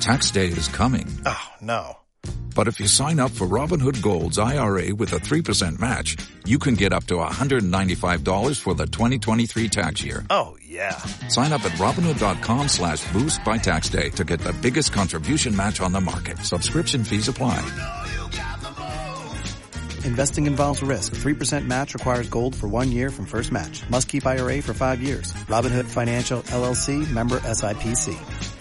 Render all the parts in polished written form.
Tax day is coming. Oh, no. But if you sign up for Robinhood Gold's IRA with a 3% match, you can get up to $195 for the 2023 tax year. Oh, yeah. Sign up at Robinhood.com/boost by tax day to get the biggest contribution match on the market. Subscription fees apply. Investing involves risk. 3% match requires gold for 1 year from first match. Must keep IRA for 5 years. Robinhood Financial, LLC, member SIPC.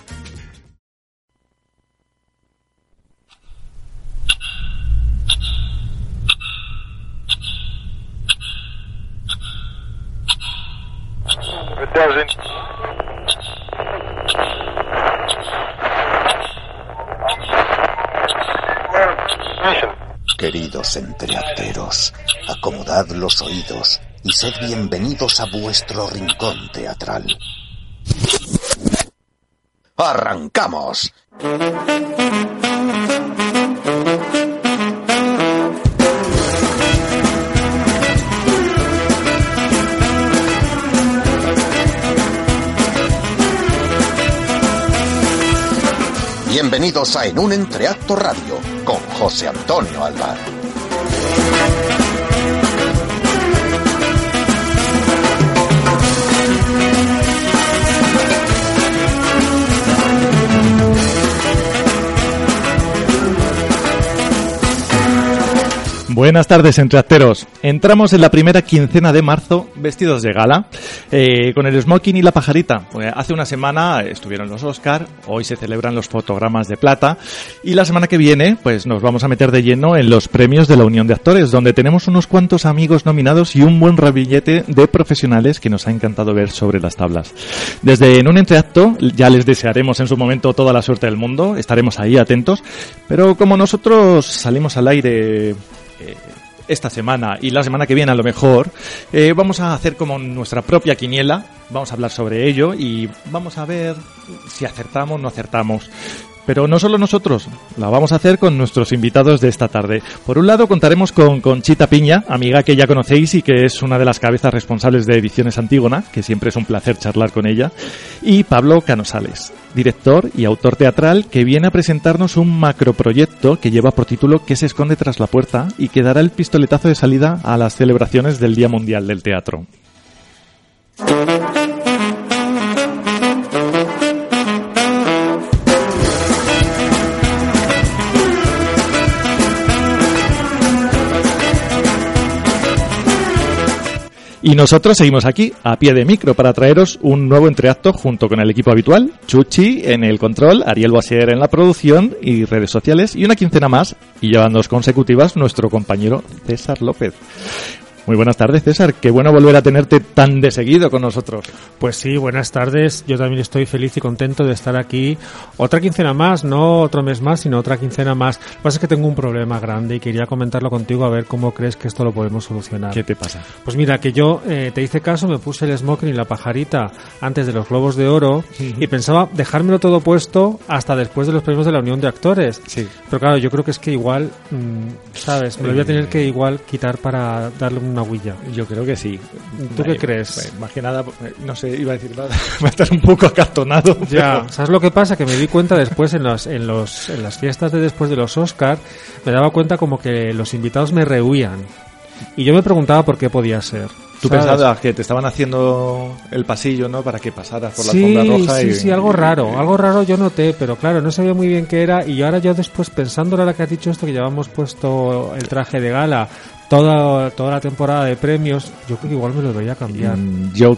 Queridos entreacteros, acomodad los oídos y sed bienvenidos a vuestro rincón teatral. ¡Arrancamos! Bienvenidos a En un Entreacto Radio, con José Antonio Alvar. Buenas tardes, entreacteros. Entramos en la primera quincena de marzo vestidos de gala, con el smoking y la pajarita. Hace una semana estuvieron los Oscar, hoy se celebran los fotogramas de plata y la semana que viene pues nos vamos a meter de lleno en los premios de la Unión de Actores, donde tenemos unos cuantos amigos nominados y un buen ramillete de profesionales que nos ha encantado ver sobre las tablas. Desde En un Entreacto ya les desearemos en su momento toda la suerte del mundo, estaremos ahí atentos, pero como nosotros salimos al aire esta semana y la semana que viene a lo mejor, vamos a hacer como nuestra propia quiniela, vamos a hablar sobre ello y vamos a ver si acertamos o no acertamos. Pero no solo nosotros, la vamos a hacer con nuestros invitados de esta tarde. Por un lado contaremos con Conchita Piña, amiga que ya conocéis y que es una de las cabezas responsables de Ediciones Antígona, que siempre es un placer charlar con ella, y Pablo Canosales, director y autor teatral, que viene a presentarnos un macroproyecto que lleva por título ¿Qué se esconde tras la puerta? Y que dará el pistoletazo de salida a las celebraciones del Día Mundial del Teatro. Y nosotros seguimos aquí, a pie de micro, para traeros un nuevo entreacto junto con el equipo habitual, Chuchi en el control, Ariel Boisier en la producción y redes sociales, y una quincena más, y llevan 2 consecutivas, nuestro compañero César López. Muy buenas tardes, César. Qué bueno volver a tenerte tan de seguido con nosotros. Pues sí, buenas tardes. Yo también estoy feliz y contento de estar aquí. Otra quincena más, no otro mes más, sino otra quincena más. Lo que pasa es que tengo un problema grande y quería comentarlo contigo a ver cómo crees que esto lo podemos solucionar. ¿Qué te pasa? Pues mira, que yo te hice caso, me puse el smoking y la pajarita antes de los Globos de Oro y pensaba dejármelo todo puesto hasta después de los premios de la Unión de Actores. Sí. Pero claro, yo creo que es que igual, ¿sabes? Me lo voy a tener que igual quitar para darle una huilla. Yo creo que sí. ¿Tú qué crees? Más que nada, no sé, iba a decir nada, va a estar un poco acartonado. Ya, pero... ¿sabes lo que pasa? Que me di cuenta después en las fiestas de después de los Oscar, me daba cuenta como que los invitados me rehuían. Y yo me preguntaba por qué podía ser. Tú ¿sabes? pensabas que te estaban haciendo el pasillo, ¿no? Para que pasaras por la alfombra roja. Sí, algo raro yo noté, pero claro, no sabía muy bien qué era. Y ahora yo después, pensando ahora que has dicho esto, que llevamos puesto el traje de gala toda la temporada de premios, yo creo que igual me lo debería cambiar. Yo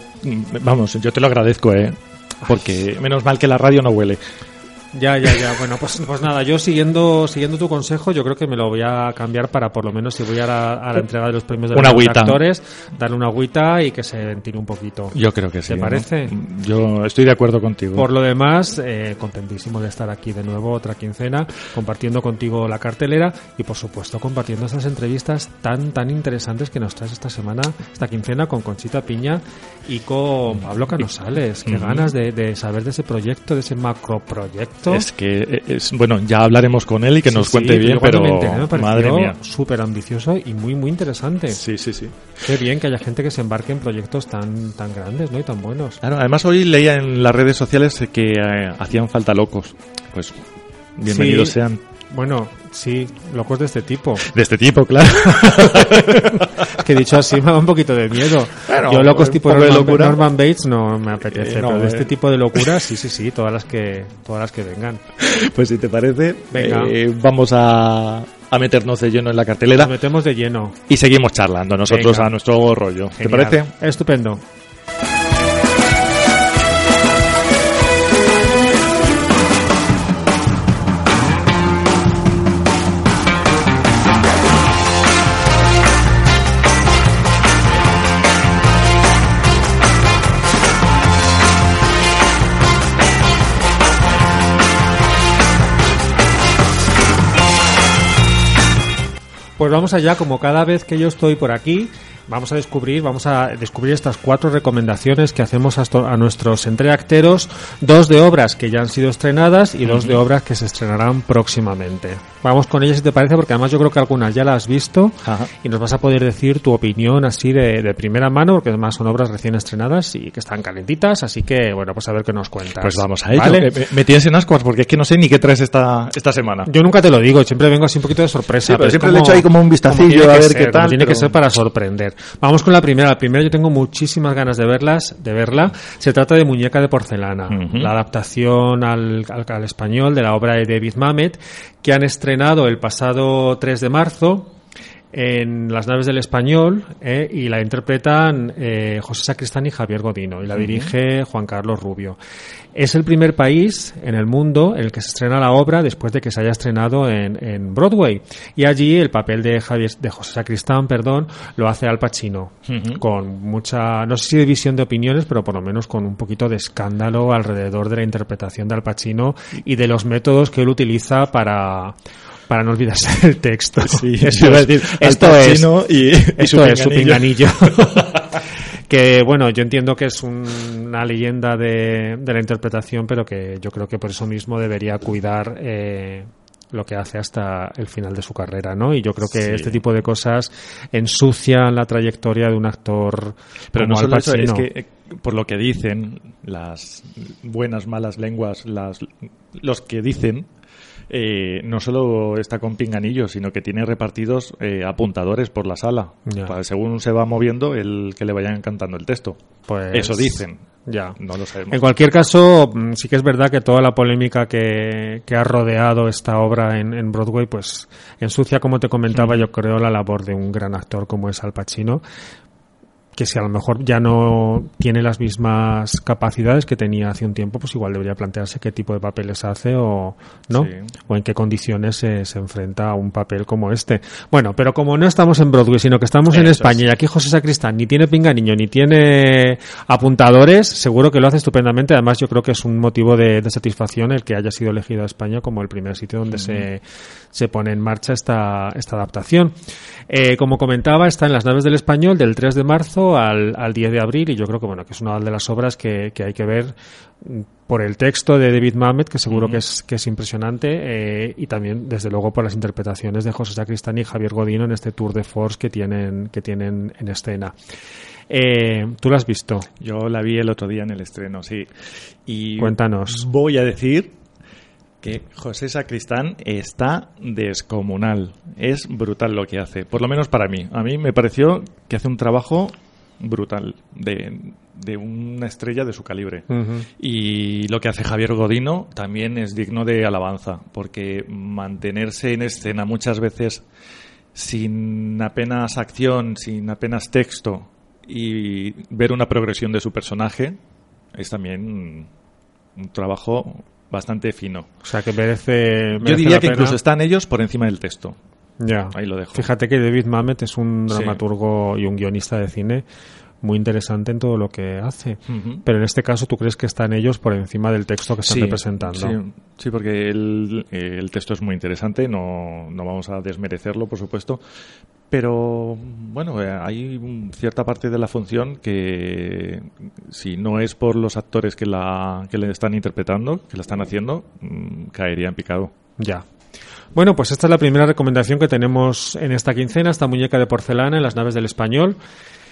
te lo agradezco, porque menos mal que la radio no huele. Ya. Bueno, pues nada, yo siguiendo tu consejo, yo creo que me lo voy a cambiar para, por lo menos, si voy a la entrega de los premios de los actores, darle una agüita y que se ventile un poquito. Yo creo que sí. ¿Te parece? ¿No? Yo estoy de acuerdo contigo. Por lo demás, contentísimo de estar aquí de nuevo, otra quincena, compartiendo contigo la cartelera y, por supuesto, compartiendo estas entrevistas tan interesantes que nos traes esta semana, esta quincena, con Conchita Piña y con Pablo Canosales. Qué ganas de saber de ese proyecto, de ese macroproyecto. Es que, bueno, ya hablaremos con él y que nos cuente bien, pero madre mía. Súper ambicioso y muy interesante. Sí. Qué bien que haya gente que se embarque en proyectos tan grandes, ¿no? Y tan buenos. Claro, además hoy leía en las redes sociales que hacían falta locos. Pues bienvenidos sean. Bueno, sí, locos de este tipo. De este tipo, claro. Que dicho así me da un poquito de miedo. Bueno, yo locos tipo Norman Bates no me apetece, no, pero de este tipo de locuras sí, todas las que vengan. Pues si te parece, venga. Vamos a meternos de lleno en la cartelera. Nos metemos de lleno. Y seguimos charlando nosotros venga. A nuestro rollo. Genial. ¿Te parece? Estupendo. Pues vamos allá, como cada vez que yo estoy por aquí, vamos a descubrir estas 4 recomendaciones que hacemos a nuestros entreacteros, 2 de obras que ya han sido estrenadas y 2 de obras que se estrenarán próximamente. Vamos con ellas si te parece, porque además yo creo que algunas ya las has visto. Ajá. Y nos vas a poder decir tu opinión así de primera mano, porque además son obras recién estrenadas y que están calentitas, así que bueno, pues a ver qué nos cuentas. Pues vamos a ello. ¿Vale? Me tienes en ascuas porque es que no sé ni qué traes esta semana. Yo nunca te lo digo, siempre vengo así un poquito de sorpresa. Sí, pero siempre le echo ahí como un vistacillo a ver qué tal. Tiene que ser para sorprender. Vamos con la primera. La primera yo tengo muchísimas ganas de verla. Se trata de Muñeca de porcelana, la adaptación al español de la obra de David Mamet, que han estrenado el pasado 3 de marzo en Las naves del Español, y la interpretan José Sacristán y Javier Godino, y la dirige Juan Carlos Rubio. Es el primer país en el mundo en el que se estrena la obra después de que se haya estrenado en Broadway, y allí el papel de José Sacristán, lo hace Al Pacino, con mucha, no sé si división de opiniones, pero por lo menos con un poquito de escándalo alrededor de la interpretación de Al Pacino y de los métodos que él utiliza para no olvidarse del texto. Sí, eso iba a decir. Esto es su pinganillo. Que bueno, yo entiendo que es una leyenda de la interpretación, pero que yo creo que por eso mismo debería cuidar lo que hace hasta el final de su carrera, ¿no? Y yo creo que este tipo de cosas ensucian la trayectoria de un actor. Pero como no solo Al Pacino. Eso, es que por lo que dicen las buenas, malas lenguas, los que dicen, no solo está con pinganillos, sino que tiene repartidos apuntadores por la sala, según se va moviendo el que le vayan cantando el texto. Pues eso dicen. Ya, no lo sabemos. En cualquier caso, sí que es verdad que toda la polémica que ha rodeado esta obra en Broadway, pues ensucia, como te comentaba, yo creo, la labor de un gran actor como es Al Pacino, que si a lo mejor ya no tiene las mismas capacidades que tenía hace un tiempo, pues igual debería plantearse qué tipo de papeles hace o no, o en qué condiciones se enfrenta a un papel como este. Bueno, pero como no estamos en Broadway, sino que estamos en España, y aquí José Sacristán ni tiene pinganiño ni tiene apuntadores, seguro que lo hace estupendamente. Además, yo creo que es un motivo de satisfacción el que haya sido elegido a España como el primer sitio donde se pone en marcha esta adaptación. Como comentaba, está en Las naves del Español del 3 de marzo al 10 de abril, y yo creo que bueno, que es una de las obras que hay que ver por el texto de David Mamet, que seguro que es impresionante, y también desde luego por las interpretaciones de José Sacristán y Javier Godino en este tour de force que tienen en escena. ¿Tú la has visto? Yo la vi el otro día en el estreno, sí. Y cuéntanos. Voy a decir que José Sacristán está descomunal. Es brutal lo que hace, por lo menos para mí. A mí me pareció que hace un trabajo brutal de una estrella de su calibre. Y lo que hace Javier Godino también es digno de alabanza, porque mantenerse en escena muchas veces sin apenas acción, sin apenas texto, y ver una progresión de su personaje es también un trabajo bastante fino. O sea, que merece yo diría la que pena. incluso están ellos por encima del texto. Ya. Ahí lo dejo. Fíjate que David Mamet es un dramaturgo y un guionista de cine muy interesante en todo lo que hace. Pero en este caso, ¿tú crees que están ellos por encima del texto que están representando? Sí, porque el texto es muy interesante, no vamos a desmerecerlo, por supuesto, pero bueno, hay cierta parte de la función que, si no es por los actores que le están interpretando, que la están haciendo, caería en picado. Ya. Bueno, pues esta es la primera recomendación que tenemos en esta quincena, esta Muñeca de porcelana en Las naves del Español.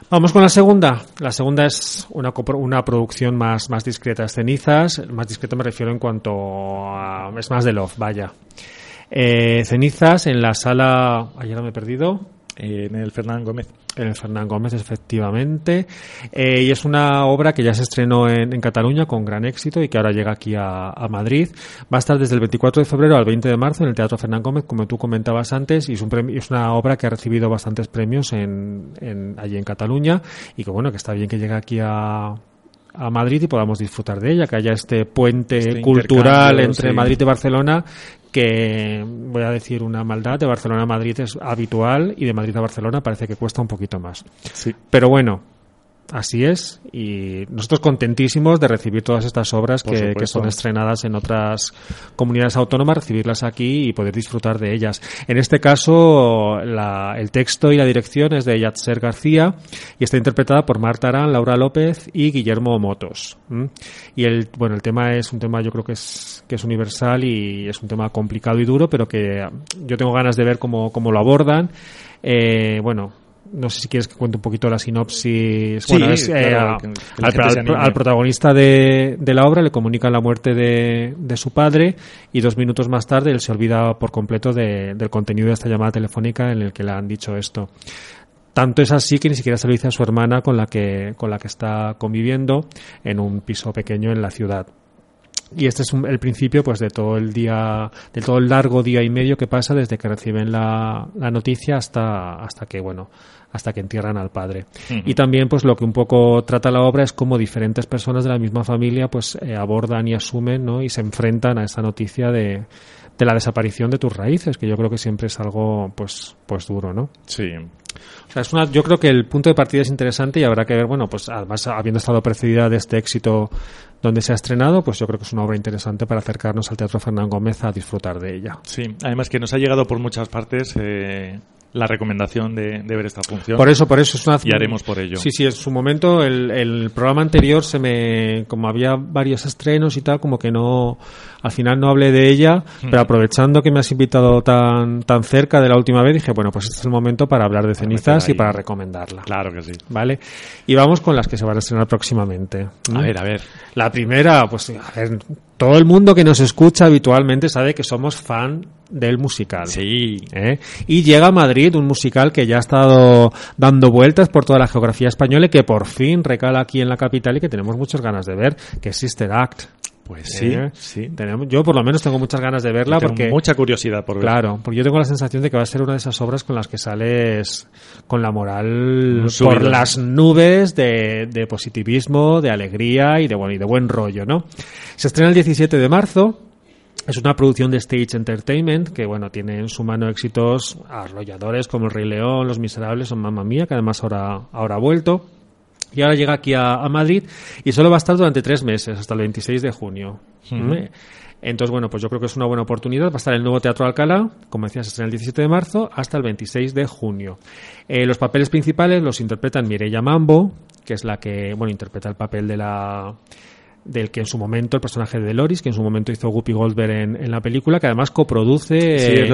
Vamos con la segunda. La segunda es una producción más discreta, es Cenizas. Más discreta me refiero en cuanto a... es más de Love, vaya. Cenizas en la sala... ayer me he perdido. En el Fernán Gómez. En el Fernán Gómez, efectivamente. Y es una obra que ya se estrenó en Cataluña con gran éxito y que ahora llega aquí a Madrid. Va a estar desde el 24 de febrero al 20 de marzo en el Teatro Fernán Gómez, como tú comentabas antes, y es una obra que ha recibido bastantes premios allí en Cataluña y que bueno, que está bien que llegue aquí a Madrid y podamos disfrutar de ella, que haya este puente cultural entre Madrid y Barcelona, que voy a decir una maldad, de Barcelona a Madrid es habitual y de Madrid a Barcelona parece que cuesta un poquito más. Sí. Pero bueno, así es, y nosotros contentísimos de recibir todas estas obras que son estrenadas en otras comunidades autónomas, recibirlas aquí y poder disfrutar de ellas. En este caso, el texto y la dirección es de Yatser García y está interpretada por Marta Arán, Laura López y Guillermo Motos. Y el tema es un tema, yo creo que es universal y es un tema complicado y duro, pero que yo tengo ganas de ver cómo lo abordan. No sé si quieres que cuente un poquito la sinopsis. Sí, bueno, al protagonista de la obra le comunican la muerte de su padre y 2 minutos más tarde él se olvida por completo del contenido de esta llamada telefónica en el que le han dicho esto. Tanto es así que ni siquiera se lo dice a su hermana con la que está conviviendo en un piso pequeño en la ciudad. Y este es el principio pues de todo el largo día y medio que pasa desde que reciben la noticia hasta que entierran al padre. Uh-huh. Y también pues lo que un poco trata la obra es cómo diferentes personas de la misma familia pues abordan y asumen, ¿no? Y se enfrentan a esa noticia de la desaparición de tus raíces, que yo creo que siempre es algo pues duro, ¿no? Sí. O sea, yo creo que el punto de partida es interesante y habrá que ver, bueno, pues además habiendo estado precedida de este éxito donde se ha estrenado, pues yo creo que es una obra interesante para acercarnos al Teatro Fernán Gómez a disfrutar de ella. Sí, además que nos ha llegado por muchas partes la recomendación de ver esta función. Por eso es una... Y haremos por ello. Sí, en su momento el programa anterior como había varios estrenos y tal, como que al final no hablé de ella, pero aprovechando que me has invitado tan cerca de la última vez, dije, bueno, pues este es el momento para hablar de Cenizas y para recomendarla. Claro que sí. ¿Vale? Y vamos con las que se van a estrenar próximamente. A ver. La primera, pues a ver, todo el mundo que nos escucha habitualmente sabe que somos fan del musical. Sí. Y llega a Madrid un musical que ya ha estado dando vueltas por toda la geografía española y que por fin recala aquí en la capital y que tenemos muchas ganas de ver, que es Sister Act. Pues sí. Yo por lo menos tengo muchas ganas de verla porque mucha curiosidad por ver. Claro, porque yo tengo la sensación de que va a ser una de esas obras con las que sales con la moral por las nubes de positivismo, de alegría y de buen rollo, ¿no? Se estrena el 17 de marzo. Es una producción de Stage Entertainment que, bueno, tiene en su mano éxitos arrolladores como El Rey León, Los Miserables o Mamma Mía, que además ahora ha vuelto. Y ahora llega aquí a Madrid y solo va a estar durante 3 meses, hasta el 26 de junio. Uh-huh. Entonces, bueno, pues yo creo que es una buena oportunidad. Va a estar en el nuevo Teatro Alcalá, como decías, se estrena el 17 de marzo hasta el 26 de junio. Los papeles principales los interpretan Mireia Mambo, que es la que, bueno, interpreta el papel del que en su momento, el personaje de Loris, que en su momento hizo Whoopi Goldberg en la película, que además coproduce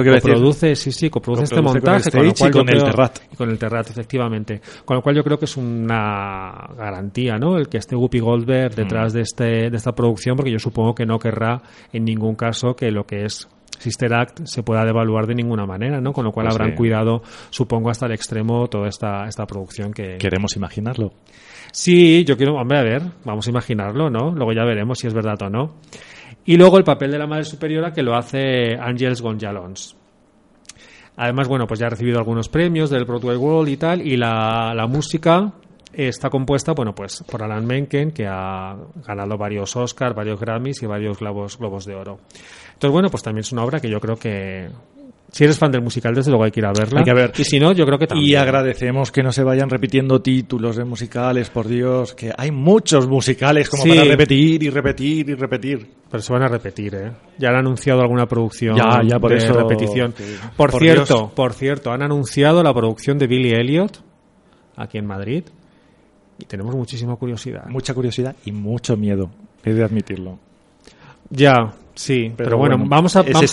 este montaje con el Terrat. Y con el Terrat, efectivamente. Con lo cual yo creo que es una garantía, ¿no? El que esté Whoopi Goldberg detrás de esta producción, porque yo supongo que no querrá en ningún caso que lo que es Sister Act se pueda devaluar de ninguna manera, ¿no? Con lo cual habrán cuidado, supongo, hasta el extremo toda esta producción que... Queremos imaginarlo. Sí, yo quiero... Hombre, a ver, vamos a imaginarlo, ¿no? Luego ya veremos si es verdad o no. Y luego el papel de la Madre Superiora, que lo hace Àngels González. Además, bueno, pues ya ha recibido algunos premios del Broadway World y tal, y la música está compuesta, bueno, pues por Alan Menken, que ha ganado varios Oscars, varios Grammys y varios Globos de Oro. Entonces, bueno, pues también es una obra que yo creo que... Si eres fan del musical, desde luego hay que ir a verla. Hay que ver. Y si no, yo creo que también. Y agradecemos que no se vayan repitiendo títulos de musicales, por Dios, que hay muchos musicales como para repetir y repetir y repetir. Pero se van a repetir, ¿eh? Ya han anunciado alguna producción ya por de eso, repetición. Sí. Por cierto, han anunciado la producción de Billy Elliot aquí en Madrid y tenemos muchísima curiosidad. Mucha curiosidad y mucho miedo, he de admitirlo. Ya, sí, pero bueno, vamos a dejar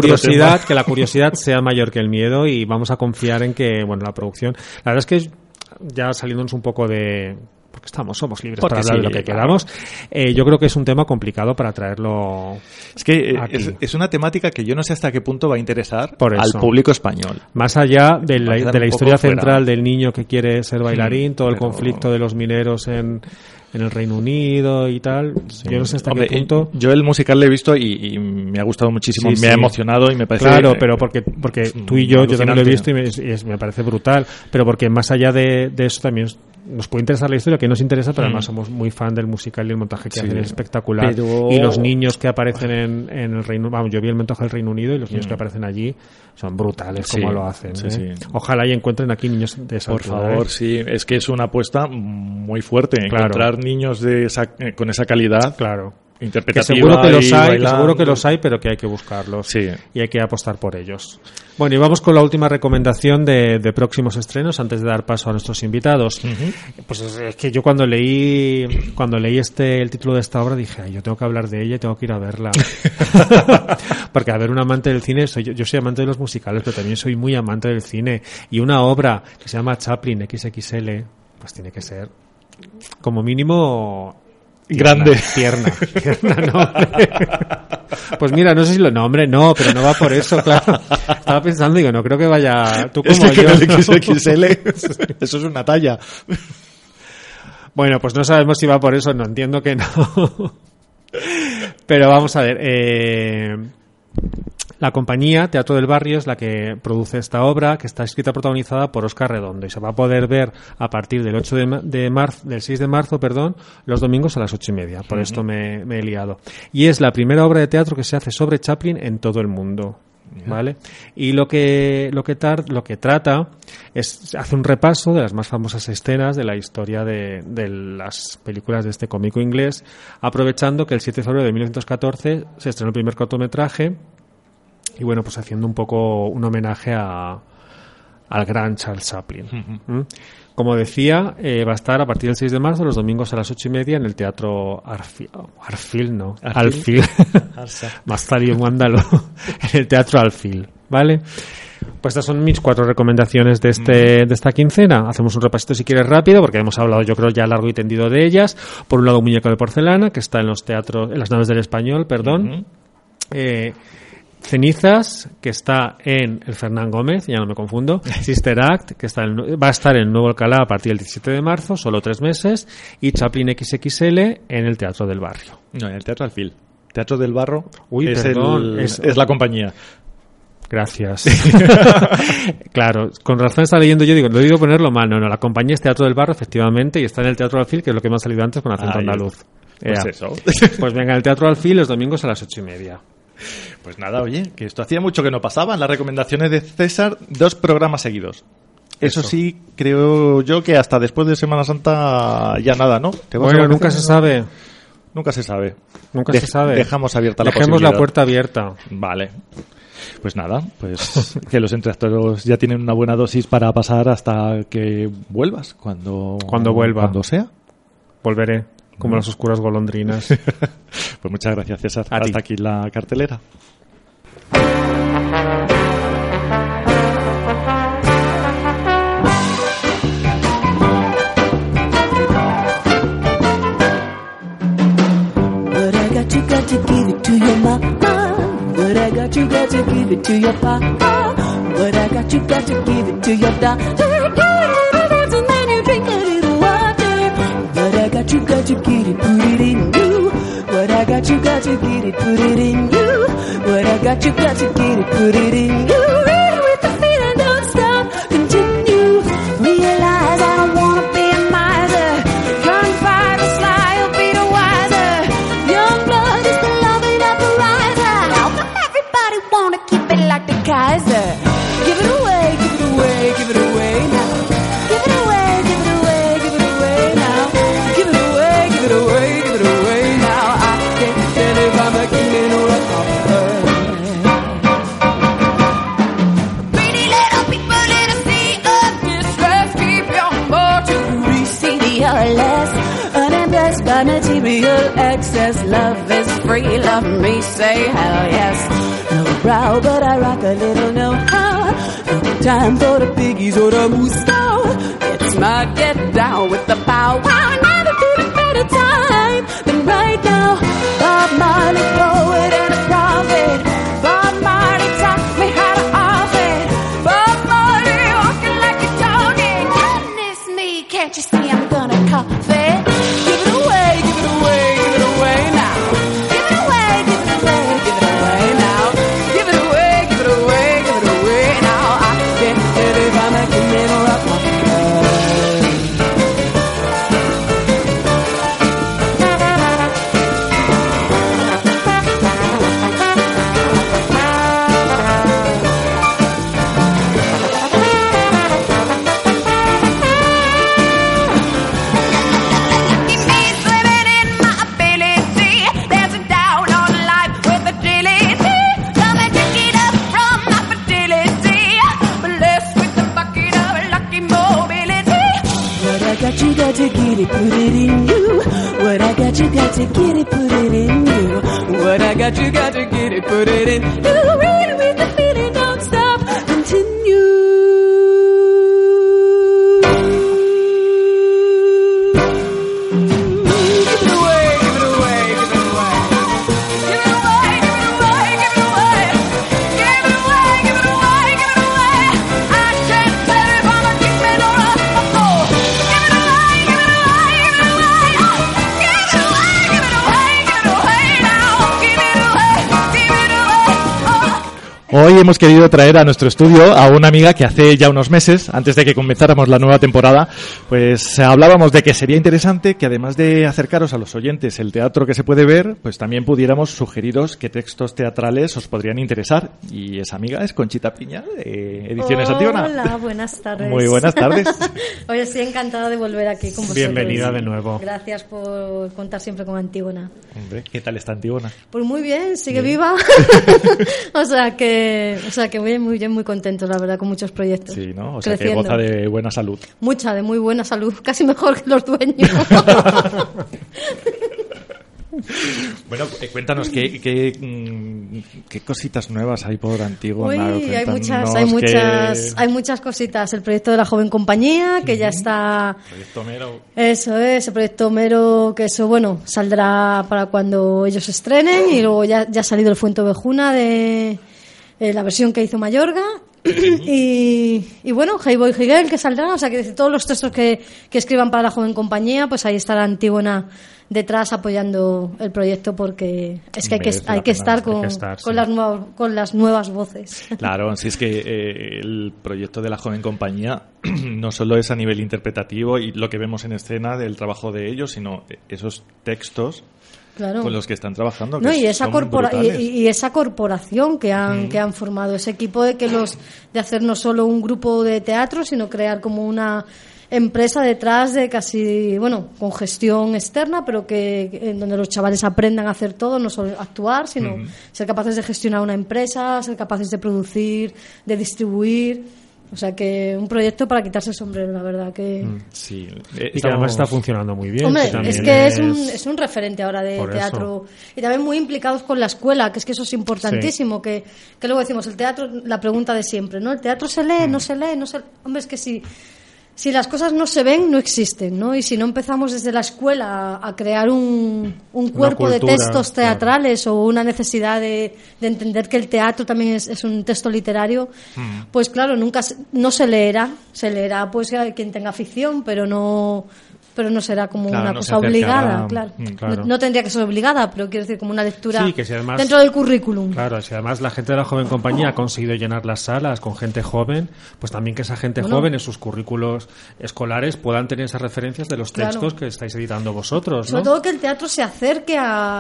que la curiosidad sea mayor que el miedo y vamos a confiar en que, bueno, la producción... La verdad es que ya saliéndonos un poco de... porque somos libres Porque para hablar sí, de lo que claro. queramos. Yo creo que es un tema complicado para traerlo. Es que aquí. es una temática que yo no sé hasta qué punto va a interesar Por al eso. público español. Más allá de Va a quedar la un historia poco fuera. central del niño que quiere ser bailarín, todo el pero- conflicto de los mineros en el Reino Unido y tal. Yo no sé hasta Hombre, qué punto. yo el musical lo he visto y me ha gustado muchísimo, Sí, me ha sí. emocionado y me parece... Claro, pero porque tú y yo también lo he alucinante. visto y me parece brutal. Pero porque más allá de eso también nos puede interesar la historia, que nos interesa, pero además somos muy fan del musical y el montaje que Sí. hacen es espectacular. Pero- Y los niños que aparecen en el Reino... Vamos, yo vi el montaje del Reino Unido y los niños que aparecen allí son brutales Sí, como lo hacen. sí, ¿eh? sí. Ojalá y encuentren aquí niños de esa Por altura, favor, ¿eh? sí, es que es una apuesta muy fuerte. Claro. Encontrar niños con esa calidad Claro. Que interpretativa seguro que los y hay, bailando. seguro que los hay, pero que hay que buscarlos. Sí. Y hay que apostar por ellos. Bueno, y vamos con la última recomendación de próximos estrenos antes de dar paso a nuestros invitados. Pues es que yo cuando leí el título de esta obra dije, ay, yo tengo que hablar de ella y tengo que ir a verla. Porque a ver, un amante del cine, yo soy amante de los musicales, pero también soy muy amante del cine. Y una obra que se llama Chaplin XXL, pues tiene que ser como mínimo Grande. Tierna, no. Pues mira, no sé si no, pero no va por eso, claro. Estaba pensando, digo, no creo que vaya tú como Es que yo. con el ¿no? XXL, eso es una talla. Bueno, pues no sabemos si va por eso, no entiendo que no. Pero vamos a ver, la compañía Teatro del Barrio es la que produce esta obra, que está escrita y protagonizada por Óscar Redondo y se va a poder ver a partir del 6 de marzo, los domingos a las 8:30. Por esto me he liado. Y es la primera obra de teatro que se hace sobre Chaplin en todo el mundo. ¿Vale? Y lo que trata es hace un repaso de las más famosas escenas de la historia de las películas de este cómico inglés, aprovechando que el 7 de febrero de 1914 se estrenó el primer cortometraje y bueno, pues haciendo un poco un homenaje al gran Charles Chaplin. Como decía, va a estar a partir del 6 de marzo, los domingos a las 8:30 en el Teatro Alfil. Más tarde un ándalo. En el Teatro Alfil, ¿vale? Pues estas son mis 4 recomendaciones de esta quincena. Hacemos un repasito si quieres rápido, porque hemos hablado yo creo ya largo y tendido de ellas. Por un lado, Muñeco de porcelana, que está en los teatros, en las naves del Español, perdón. Cenizas, que está en el Fernán Gómez, ya no me confundo. Sister Act, que va a estar en el Nuevo Alcalá a partir del 17 de marzo, solo 3 meses. Y Chaplin XXL en el Teatro del Barrio. No, en el Teatro Alfil. Teatro del Barro es la compañía. Gracias. Claro, con razón estaba leyendo yo, digo, no he debido ponerlo mal. No, la compañía es Teatro del Barrio, efectivamente, y está en el Teatro Alfil, que es lo que me ha salido antes con acento andaluz. Pues eso. Pues venga, en el Teatro Alfil los domingos a las 8:30. Pues nada, oye, que esto hacía mucho que no pasaba. En las recomendaciones de César, 2 programas seguidos. Eso sí, creo yo que hasta después de Semana Santa ya nada, ¿no? Bueno, nunca se sabe. Nunca se sabe. Nunca se sabe. Dejamos abierta la Dejemos posibilidad. la puerta abierta. Vale. Pues nada, pues que los entreactores ya tienen una buena dosis para pasar hasta que vuelvas. Cuando vuelva. Cuando sea. Volveré, como las oscuras golondrinas. Pues muchas gracias, César. A ti. Hasta aquí la cartelera. But I got to give it to your mama. But I got to give it to your papa. But I got to give it to your doctor. And then you drink a little water. But I got to get it, put it in you. But I got to get it, put it in you. But I got to get it, put it in you. Ready with the feeling, don't stop, continue. Realize I don't wanna be a miser. Young fire is sly, you'll be the wiser. Young blood is the loving of the riser. How come everybody wanna keep it like the Kaiser? Give it away, give it away, give it away now. Give it away, give it away, give it away now. Give it away, give it away, give it away now. I can't tell if I'm a king or a pauper. Pretty little people in a sea of distress. Keep your motor receipt or less. Unimpressed by material excess. Love is free, love me, say hell yes. No brow, but I rock a little know-how. No time for the piggies or the moose cow. It's just might get down with the power. I never did a better time than right now. Bob Marley, poet and a prophet. Bob Marley taught me how to off it. Bob Marley walking like a talking. Goodness me, can't you see I'm gonna cough it? Give it away, give it away, give it away now. Give it away, give it away, give it away now. Give it away, give it away, give it away now. I get every time I can never rock my you got to get it, put it in you. What I got, you got to get it, put it in you. What I got, you got to get it, put it in you. Read with the feeling, don't stop, continue. Give it away, give it away, give it away. Give it away, give it away, give it away. Give it away, give it away, give it away. I can't tell if I'm a kingpin or a fool. Give it away, give it away, give it away. Give it away, give it away, give it away now. Give it away, give it away. Oh. Hoy hemos querido traer a nuestro estudio a una amiga que hace ya unos meses, antes de que comenzáramos la nueva temporada, pues hablábamos de que sería interesante que además de acercaros a los oyentes el teatro que se puede ver, pues también pudiéramos sugeriros qué textos teatrales os podrían interesar. Y esa amiga es Conchita Piña, de Ediciones Antígona. Hola, buenas tardes. Muy buenas tardes. Hoy estoy encantada de volver aquí con vosotros. Bienvenida de nuevo. Gracias por contar siempre con Antígona. Hombre, ¿qué tal está Antígona? Pues muy bien, sigue viva. o sea que muy bien, muy contentos, la verdad, con muchos proyectos. Sí, ¿no? O sea, creciendo. que goza de buena salud. Mucha, de muy buena salud, casi mejor que los dueños. Bueno, cuéntanos qué cositas nuevas hay por Antígona. Uy, hay Cuéntanos hay muchas cositas. El proyecto de la Joven Compañía, que ya está. Proyecto Homero. Eso es, el proyecto Homero, que eso, bueno, saldrá para cuando ellos estrenen, y luego ya ha salido el Fuente Ovejuna de la versión que hizo Mayorga. y bueno, Hey Boy Higel, que saldrá, o sea, que todos los textos que escriban para la Joven Compañía, pues ahí estará Antígona detrás apoyando el proyecto, porque es que hay que estar con sí. las nuevas voces. Claro, si es que el proyecto de la Joven Compañía no solo es a nivel interpretativo y lo que vemos en escena del trabajo de ellos, sino esos textos, claro, con los que están trabajando. No, y esa corporación que han formado, ese equipo de hacer no solo un grupo de teatro, sino crear como una empresa detrás de casi, bueno, con gestión externa, pero en donde los chavales aprendan a hacer todo, no solo actuar, sino ser capaces de gestionar una empresa, ser capaces de producir, de distribuir. O sea, que un proyecto para quitarse el sombrero, la verdad que... Sí. Y que además está funcionando muy bien. Hombre, que es que es un referente ahora de teatro. Eso. Y también muy implicados con la escuela, que es que eso es importantísimo. Sí. Que luego decimos, el teatro, la pregunta de siempre, ¿no? ¿El teatro se lee? ¿No se lee? ¿No se lee? Hombre, es que si las cosas no se ven, no existen, ¿no? Y si no empezamos desde la escuela a crear un cuerpo cultura, de textos teatrales, claro, o una necesidad de entender que el teatro también es un texto literario, pues claro, no se leerá pues quien tenga afición, pero no será como una cosa obligada, claro. No tendría que ser obligada, pero quiero decir como una lectura además, dentro del currículum. Claro, si además la gente de la Joven Compañía ha conseguido llenar las salas con gente joven, pues también que esa gente joven en sus currículos escolares puedan tener esas referencias de los textos que estáis editando vosotros, ¿no? Sobre todo que el teatro se acerque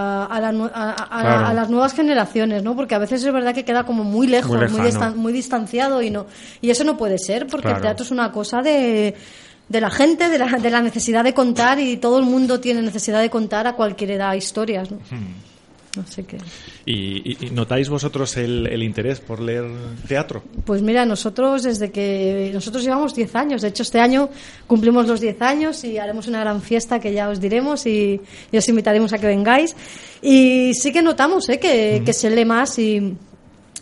a las nuevas generaciones, ¿no? Porque a veces es verdad que queda como muy lejos, muy distanciado, y eso no puede ser, porque el teatro es una cosa de la gente, de la necesidad de contar, y todo el mundo tiene necesidad de contar a cualquier edad historias, ¿no? Así que... ¿Y notáis vosotros el interés por leer teatro? Pues mira, nosotros llevamos 10 años. De hecho, este año cumplimos los 10 años y haremos una gran fiesta que ya os diremos y os invitaremos a que vengáis. Y sí que notamos que se lee más y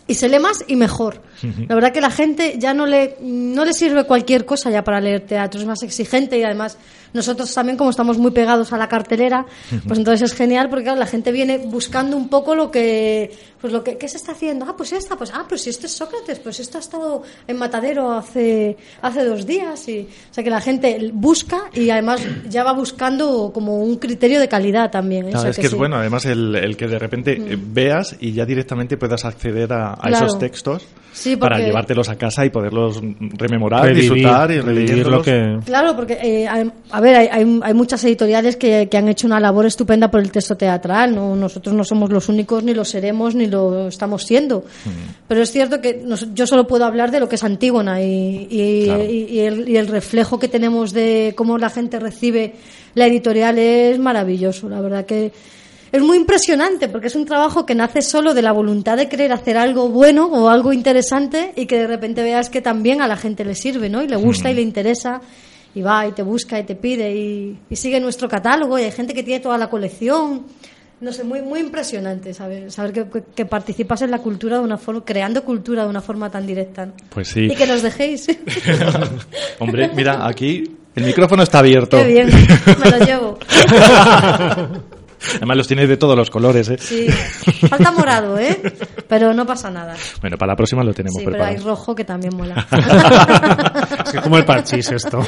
y se lee más y mejor. La verdad que la gente ya no le sirve cualquier cosa ya para leer teatro, es más exigente y además nosotros también, como estamos muy pegados a la cartelera, pues entonces es genial porque claro, la gente viene buscando un poco ¿qué se está haciendo? Pues si este es Sócrates, pues esto ha estado en Matadero hace 2 días o sea que la gente busca y además ya va buscando como un criterio de calidad también, ¿eh? Claro, o sea es que es sí. bueno, además el que de repente veas y ya directamente puedas acceder a Claro. esos textos Sí, para porque- llevártelos a casa y poderlos rememorar, Revivir, disfrutar y revivir releerlos. lo que... Claro, porque hay muchas editoriales que han hecho una labor estupenda por el texto teatral, ¿no? Nosotros no somos los únicos, ni lo seremos, ni lo estamos siendo. Pero es cierto que yo solo puedo hablar de lo que es Antígona Claro. y el reflejo que tenemos de cómo la gente recibe la editorial es maravilloso. La verdad que es muy impresionante porque es un trabajo que nace solo de la voluntad de querer hacer algo bueno o algo interesante y que de repente veas que también a la gente le sirve, ¿no? Y le gusta y le interesa y va y te busca y te pide y sigue nuestro catálogo y hay gente que tiene toda la colección. No sé, muy muy impresionante saber que participas en la cultura de una forma, creando cultura de una forma tan directa, ¿no? Pues sí. Y que nos dejéis. Hombre, mira, aquí el micrófono está abierto. Qué bien, me lo llevo. Además los tiene de todos los colores, ¿eh? Sí, falta morado, ¿eh? Pero no pasa nada. Bueno, para la próxima lo tenemos Sí, pero hay preparado. rojo que también mola. Es que como el parchís esto.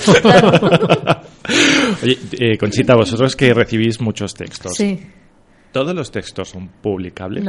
Oye, Conchita, vosotros que recibís muchos textos, Sí. ¿todos los textos son publicables?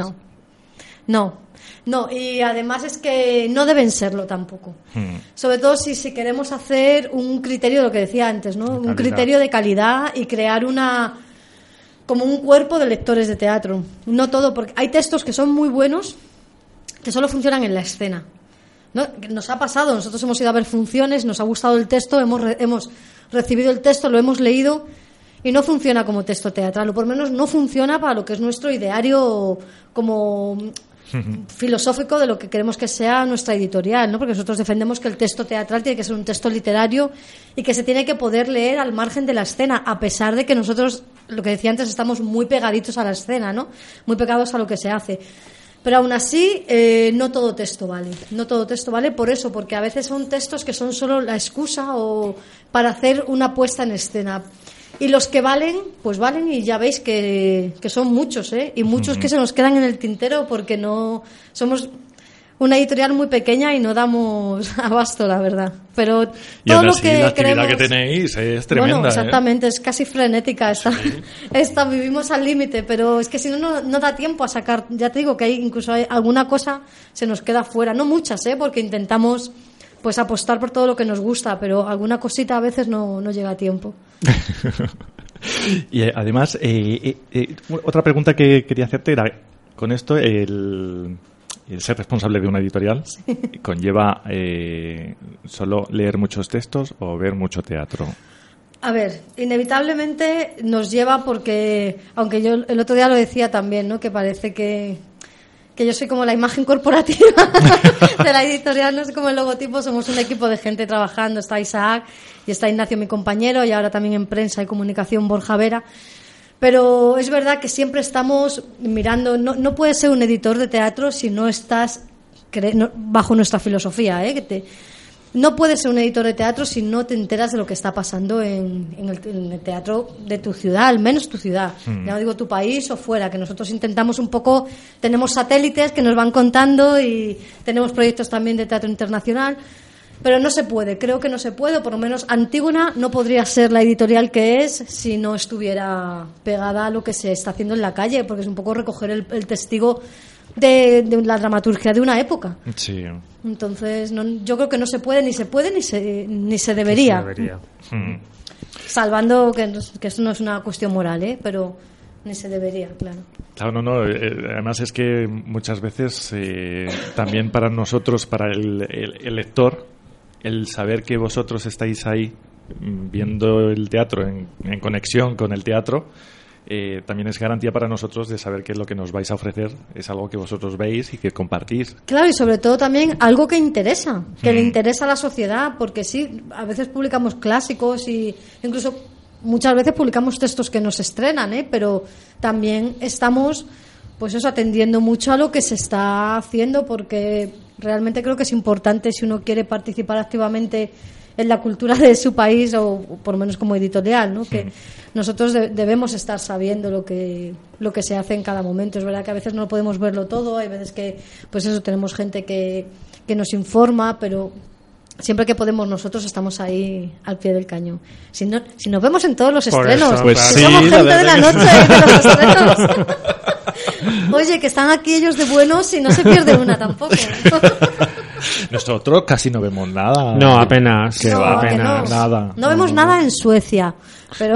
No, y además es que no deben serlo tampoco. Sobre todo si queremos hacer un criterio de lo que decía antes, ¿no? Un criterio de calidad y crear como un cuerpo de lectores de teatro. No todo, porque hay textos que son muy buenos que solo funcionan en la escena, ¿no? Nos ha pasado, nosotros hemos ido a ver funciones, nos ha gustado el texto, hemos recibido el texto, lo hemos leído y no funciona como texto teatral, o por lo menos no funciona para lo que es nuestro ideario como filosófico de lo que queremos que sea nuestra editorial, ¿no? Porque nosotros defendemos que el texto teatral tiene que ser un texto literario y que se tiene que poder leer al margen de la escena, a pesar de que nosotros, lo que decía antes, estamos muy pegaditos a la escena, ¿no? Muy pegados a lo que se hace. Pero aún así, no todo texto vale. No todo texto vale por eso, porque a veces son textos que son solo la excusa o para hacer una puesta en escena. Y los que valen, pues valen y ya veis que son muchos, ¿eh? Y muchos que se nos quedan en el tintero porque no somos una editorial muy pequeña y no damos abasto, la verdad. Pero Y todo aún lo así, que la actividad queremos... que tenéis es tremenda. Bueno, exactamente, es casi frenética vivimos al límite, pero es que si no da tiempo a sacar, ya te digo que incluso hay alguna cosa se nos queda fuera, no muchas, porque intentamos pues apostar por todo lo que nos gusta, pero alguna cosita a veces no llega a tiempo. Y además, otra pregunta que quería hacerte era, con esto, el ser responsable de una editorial conlleva solo leer muchos textos o ver mucho teatro. A ver, inevitablemente nos lleva porque, aunque yo el otro día lo decía también, ¿no? Que parece que yo soy como la imagen corporativa de la editorial, no sé, como el logotipo, somos un equipo de gente trabajando, está Isaac y está Ignacio, mi compañero, y ahora también en prensa y comunicación Borja Vera. Pero es verdad que siempre estamos mirando, no puedes ser un editor de teatro si no estás bajo nuestra filosofía, no puedes ser un editor de teatro si no te enteras de lo que está pasando en el teatro de tu ciudad, al menos tu ciudad. Ya no digo tu país o fuera, que nosotros intentamos un poco, tenemos satélites que nos van contando y tenemos proyectos también de teatro internacional, pero no se puede, creo que no se puede, o por lo menos Antígona no podría ser la editorial que es si no estuviera pegada a lo que se está haciendo en la calle, porque es un poco recoger el testigo de la dramaturgia de una época. Sí. Entonces, yo creo que no se puede, ni se debería. Salvando que esto no es una cuestión moral, pero ni se debería, claro. Claro, no. Además es que muchas veces también para nosotros, para el lector, el saber que vosotros estáis ahí viendo el teatro en conexión con el teatro, también es garantía para nosotros de saber que lo que nos vais a ofrecer es algo que vosotros veis y que compartís. Claro, y sobre todo también algo que interesa, que le interesa a la sociedad, porque sí, a veces publicamos clásicos y incluso muchas veces publicamos textos que nos estrenan, pero también estamos pues eso, atendiendo mucho a lo que se está haciendo, porque realmente creo que es importante si uno quiere participar activamente en la cultura de su país, o por lo menos como editorial, ¿no? Que nosotros debemos estar sabiendo lo que se hace en cada momento. Es verdad que a veces no podemos verlo todo, hay veces que, pues eso, tenemos gente que nos informa, pero siempre que podemos nosotros estamos ahí al pie del cañón. Si nos vemos en todos los estrenos, pues que sí, somos gente la de la verdad noche de los estrenos. Oye, que están aquí ellos de buenos y no se pierde una tampoco. Nosotros casi no vemos nada. No, apenas. Que No, va, que apenas. no. Nada. No vemos nada en Suecia, pero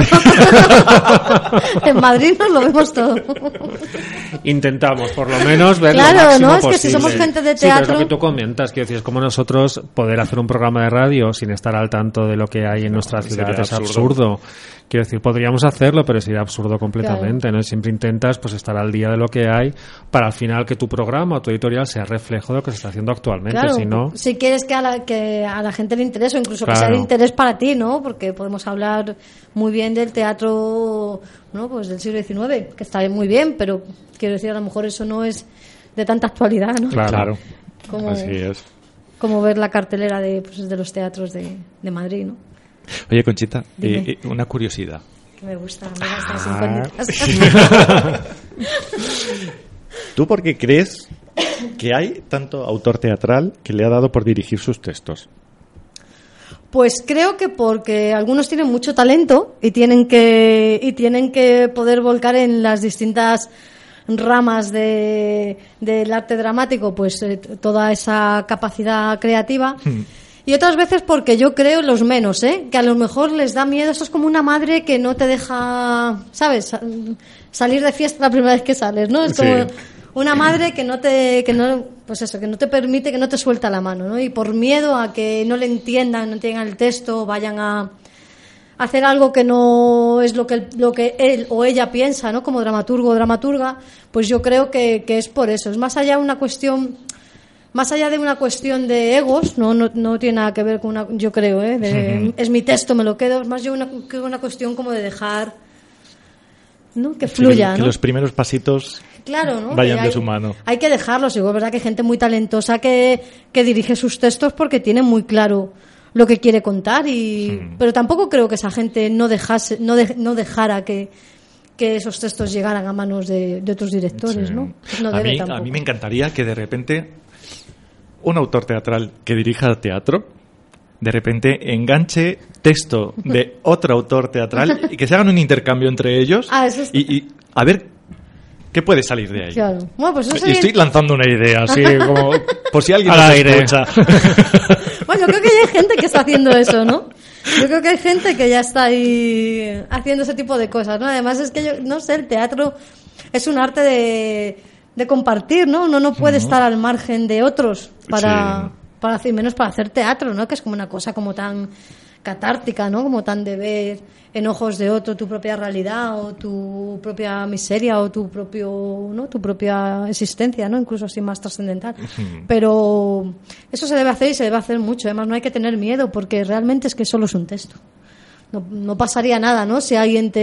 en Madrid nos lo vemos todo. Intentamos, por lo menos, ver Claro, lo máximo ¿no? Es que posible. si somos gente de Sí, pero es teatro- lo que tú comentas, quiero decir, es como nosotros poder hacer un programa de radio sin estar al tanto de lo que hay en nuestra ciudad sería es absurdo. absurdo. Quiero decir, podríamos hacerlo, pero sería absurdo completamente, ¿no? Siempre intentas pues estar al día de lo que hay para al final que tu programa o tu editorial sea reflejo de lo que se está haciendo actualmente, Claro, si no... si quieres que a la gente le interese, o incluso que Claro. sea de interés para ti, ¿no? Porque podemos hablar muy bien del teatro, ¿no? Pues del siglo XIX, que está muy bien, pero quiero decir, a lo mejor eso no es de tanta actualidad, ¿no? Claro. Como, Así es. como ver la cartelera de los teatros de Madrid, ¿no? Oye, Conchita, Dime. una curiosidad. Que me gusta estar incógnitas. ¿Tú por qué crees que hay tanto autor teatral que le ha dado por dirigir sus textos? Pues creo que porque algunos tienen mucho talento y tienen que poder volcar en las distintas ramas del arte dramático, pues toda esa capacidad creativa. Y otras veces porque yo creo los menos, que a lo mejor les da miedo. Eso es como una madre que no te deja, ¿sabes? Salir de fiesta la primera vez que sales, ¿no? Es como Sí. una madre que no te permite, que no te suelta la mano, ¿no? Y por miedo a que no le entiendan, no entiendan el texto, vayan a hacer algo que no es lo que él o ella piensa, ¿no? Como dramaturgo o dramaturga, pues yo creo que es por eso. Es más allá de una cuestión de egos, no tiene nada que ver con una, yo creo, es mi texto, me lo quedo, es más yo una cuestión como de dejar, ¿no? Que fluya, que ¿no? los primeros pasitos Claro, ¿no? vayan Que de hay- su mano. Hay que dejarlos. Y es verdad que hay gente muy talentosa que dirige sus textos porque tiene muy claro lo que quiere contar. Pero tampoco creo que esa gente no dejara que esos textos llegaran a manos de otros directores, Sí. ¿no? No a debe mí tampoco. me encantaría que de repente un autor teatral que dirija teatro de repente enganche texto de otro autor teatral y que se hagan un intercambio entre ellos Eso está- y a ver qué puede salir de ahí. Claro. Bueno, pues eso Y sería... estoy lanzando una idea así como por si alguien Al nos aire. escucha. Bueno, yo creo que ya hay gente que está haciendo eso, ¿no? Yo creo que hay gente que ya está ahí haciendo ese tipo de cosas, ¿no? Además es que yo, no sé, el teatro es un arte de compartir, ¿no? Uno no puede estar al margen de otros para hacer, menos para hacer teatro, ¿no? Que es como una cosa como tan catártica, ¿no? Como tan de ver en ojos de otro tu propia realidad o tu propia miseria o tu propia existencia, ¿no? Incluso así más trascendental. Pero eso se debe hacer y se debe hacer mucho. Además no hay que tener miedo porque realmente es que solo es un texto. No pasaría nada, ¿no? Si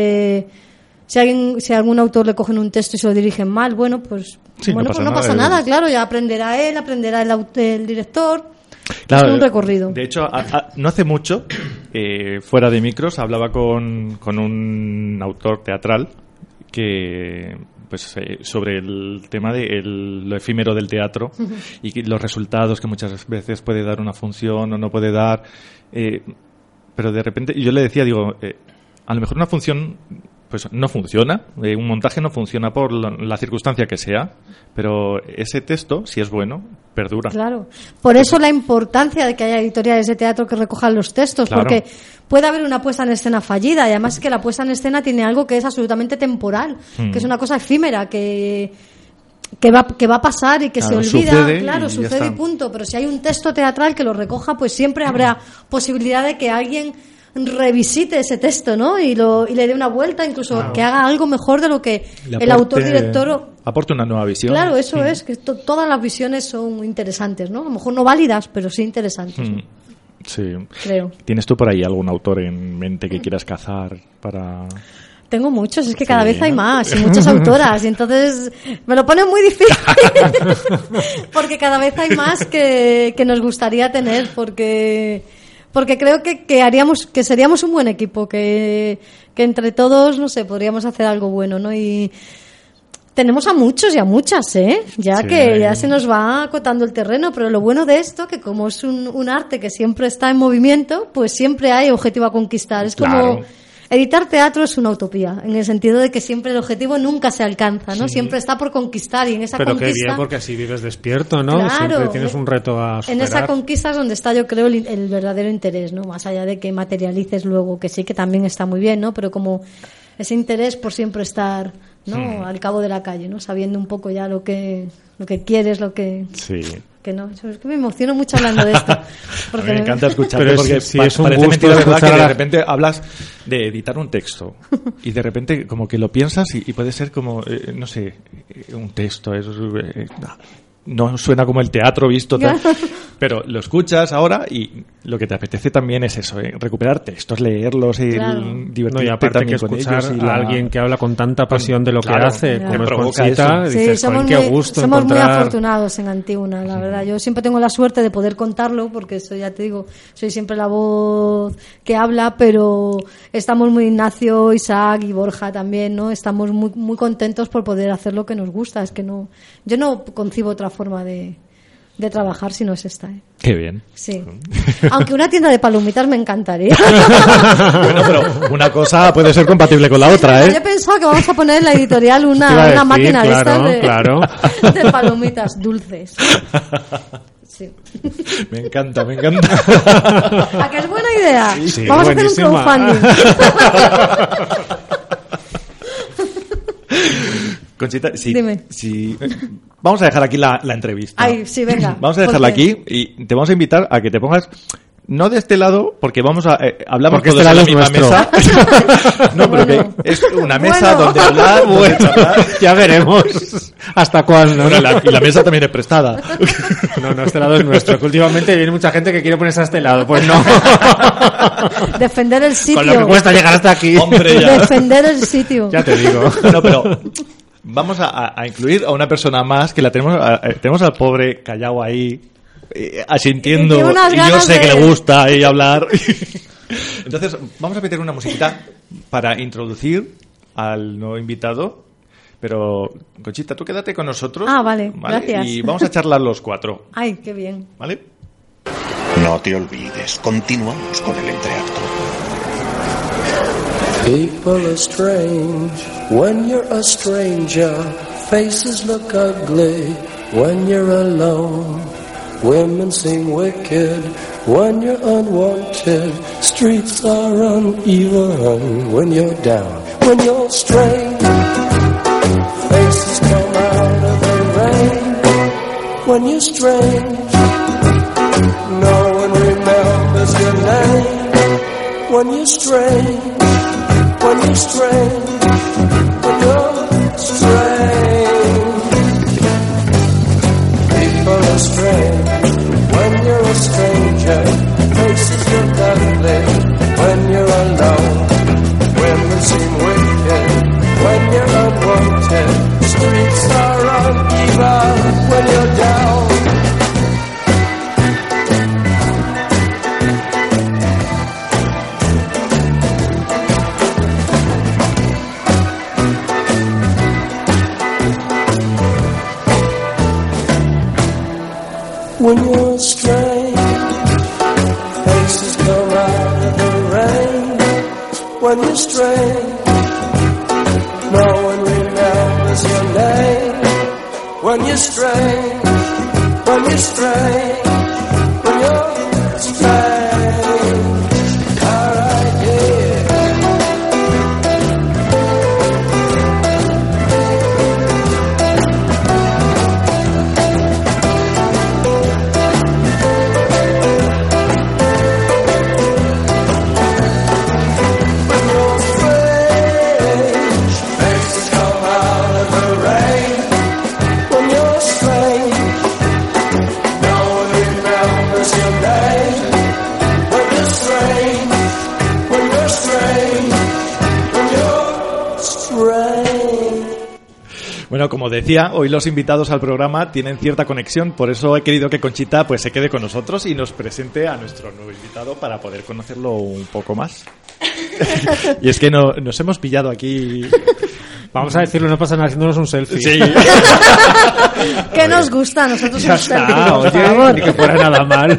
algún autor le cogen un texto y se lo dirigen mal, bueno, pues Sí, no pasa nada, claro, ya aprenderá el director. Claro, es un recorrido. De hecho, no hace mucho, fuera de micros, hablaba con un autor teatral que pues sobre el tema de lo efímero del teatro y los resultados que muchas veces puede dar una función o no puede dar. Pero de repente, yo le decía, digo, a lo mejor una función pues no funciona, un montaje no funciona por la circunstancia que sea, pero ese texto, si es bueno, perdura. Claro. Por eso la importancia de que haya editoriales de teatro que recojan los textos, Claro. porque puede haber una puesta en escena fallida y además es que la puesta en escena tiene algo que es absolutamente temporal, que es una cosa efímera, que va a pasar y que Claro, se olvida, sucede claro, y ya sucede y está. punto. Pero si hay un texto teatral que lo recoja, pues siempre habrá posibilidad de que alguien revisite ese texto, ¿no? Y le dé una vuelta, incluso que haga algo mejor de lo que el autor-director... Aporte una nueva visión. Claro, eso es, que todas las visiones son interesantes, ¿no? A lo mejor no válidas, pero sí interesantes, ¿no? Sí. Creo. ¿Tienes tú por ahí algún autor en mente que quieras cazar para...? Tengo muchos, es que cada vez hay más y muchas autoras y entonces me lo pone muy difícil porque cada vez hay más que nos gustaría tener porque creo que seríamos un buen equipo, que entre todos, no sé, podríamos hacer algo bueno, ¿no? Y tenemos a muchos y a muchas, ya sí, que ya se nos va acotando el terreno, pero lo bueno de esto, que como es un arte que siempre está en movimiento, pues siempre hay objetivo a conquistar. Es como... Editar teatro es una utopía, en el sentido de que siempre el objetivo nunca se alcanza, ¿no? Sí. Siempre está por conquistar y en esa conquista... Pero qué bien, porque así vives despierto, ¿no? Claro, siempre tienes un reto a superar. En esa conquista es donde está, yo creo, el verdadero interés, ¿no? Más allá de que materialices luego, que sí que también está muy bien, ¿no? Pero como ese interés por siempre estar, ¿no? Al cabo de la calle, ¿no? Sabiendo un poco ya lo que quieres, lo que... Sí. Que no, es que me emociono mucho hablando de esto. Porque me encanta escucharte, pero porque si es un parece gusto mentira, ¿verdad? Que de a... repente hablas de editar un texto y de repente como que lo piensas y puede ser como, no sé, un texto, no suena como el teatro visto, tal, pero lo escuchas ahora y lo que te apetece también es eso, recuperar textos, leerlos y divertirte y aparte también que con escuchar ellos. A alguien que habla con tanta pasión de lo que hace, como es provoca Conchita, eso. dices, sí, qué gusto somos encontrar... muy afortunados en Antígona, la verdad. Yo siempre tengo la suerte de poder contarlo, porque eso ya te digo, soy siempre la voz que habla, pero estamos muy Ignacio, Isaac y Borja también, ¿no? Estamos muy, muy contentos por poder hacer lo que nos gusta. Es que no, yo no concibo otra forma de trabajar si no es esta, Qué bien. Sí. Aunque una tienda de palomitas me encantaría. Bueno, pero una cosa puede ser compatible con la otra, Yo he pensado que vamos a poner en la editorial una máquina de estas de palomitas dulces. Sí. Me encanta. ¿A qué es buena idea? Sí, vamos buenísima. a hacer un crowdfunding. Conchita, Dime. Vamos a dejar aquí la entrevista. Ay, sí, venga. Vamos a dejarla aquí y te vamos a invitar a que te pongas, no de este lado, porque vamos a hablamos porque todos este en la lado misma mesa. No, pero Bueno. que es una mesa donde hablar, donde charlar. Ya veremos hasta cuándo. Bueno, y la mesa también es prestada. No, este lado es nuestro. Que últimamente viene mucha gente que quiere ponerse a este lado. Pues no. Defender el sitio. Con lo que cuesta llegar hasta aquí. Hombre, ya. Defender el sitio. Ya te digo. No, pero vamos a incluir a una persona más que la tenemos al pobre callao ahí asintiendo Tiene unas y yo ganas sé que de- le gusta y hablar. Entonces vamos a meter una musiquita para introducir al nuevo invitado. Pero Conchita, tú quédate con nosotros. Ah, vale, gracias. Y vamos a charlar los cuatro, Ay, qué bien. ¿vale? No te olvides, continuamos con el entreacto. People are strange when you're a stranger. Faces look ugly when you're alone. Women seem wicked when you're unwanted. Streets are uneven when you're down. When you're strange, faces come out of the rain. When you're strange, no one remembers your name. When you're strange, when you're strange, when you're strange. People are strange when you're a stranger. Faces look ugly when you're alone. Women seem wicked when you're unwanted. Streets are uneven when you're down. When you're strange, faces come out of the rain. When you're strange, no one remembers your name. When you're strange, when you're strange, when you're strange. Alright, yeah. When you're strange, faces come out of the rain. When you're strange, no one Bueno, como decía, hoy los invitados al programa tienen cierta conexión, por eso he querido que Conchita pues se quede con nosotros y nos presente a nuestro nuevo invitado para poder conocerlo un poco más. Y es que nos hemos pillado aquí. Vamos a decirlo, no pasa nada haciéndonos un selfie. Sí. ¿Qué nos gusta a nosotros? Ya un selfie, está, por oye, favor. ni que fuera nada malo.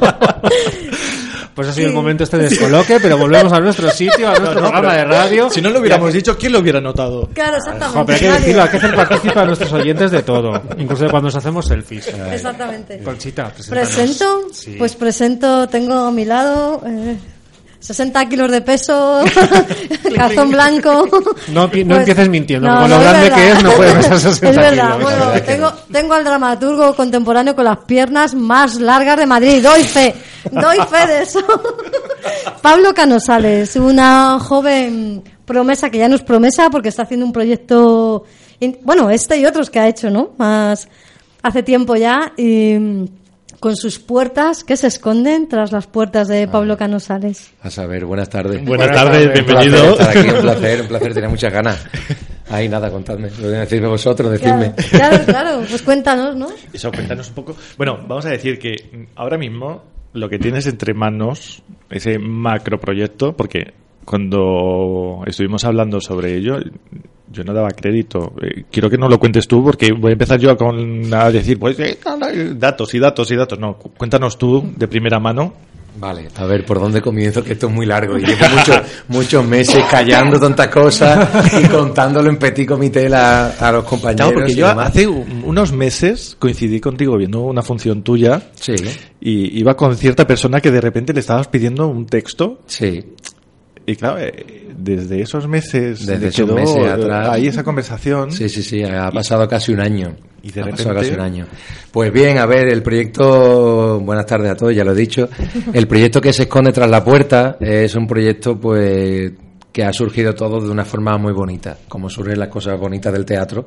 Pues ha sido el momento este descoloque, pero volvemos a nuestro sitio, a nuestro programa de radio. Si no lo hubiéramos dicho, ¿quién lo hubiera notado? Claro, exactamente. Jo, pero hay que nadie. decirlo, hay que hacer partícipe a nuestros oyentes de todo, incluso de cuando nos hacemos selfies. Exactamente. Conchita, preséntanos. ¿Presento? Sí. Pues presento, tengo a mi lado 60 kilos de peso, calzón blanco. No empieces mintiendo, no, con lo no, grande verdad. que es no puede pesar 60 Es verdad, kilos. bueno, verdad que tengo al dramaturgo contemporáneo con las piernas más largas de Madrid, doy fe de eso. Pablo Canosales, una joven promesa que ya no es promesa porque está haciendo un proyecto, bueno, este y otros que ha hecho, ¿no? Más hace tiempo ya, y con sus puertas que se esconden tras las puertas de Pablo Canosales. A saber, buenas tardes. Buenas tardes, bienvenido. Un placer estar aquí, un placer, tenía muchas ganas. Ahí nada, contadme, lo que decirme vosotros, decidme. Claro, pues cuéntanos, ¿no? Eso, cuéntanos un poco. Bueno, vamos a decir que ahora mismo lo que tienes entre manos, ese macroproyecto, porque cuando estuvimos hablando sobre ello, yo no daba crédito. Quiero que no lo cuentes tú porque voy a empezar yo a decir, pues, datos y datos y datos. No, cuéntanos tú de primera mano. Vale, a ver, ¿por dónde comienzo? Que esto es muy largo y llevo muchos meses callando tantas cosas y contándolo en petit comité a los compañeros. Claro, porque y yo demás. hace unos meses coincidí contigo viendo una función tuya Sí, y iba con cierta persona que de repente le estabas pidiendo un texto. sí. Y claro, desde esos meses, Desde le esos quedó, meses atrás. ahí esa conversación. Sí, ha pasado casi un año. Y de Ha repente- pasado casi un año. Pues bien, a ver, el proyecto, buenas tardes a todos, ya lo he dicho. El proyecto que se esconde tras la puerta es un proyecto, pues, que ha surgido todo de una forma muy bonita, como surgen las cosas bonitas del teatro.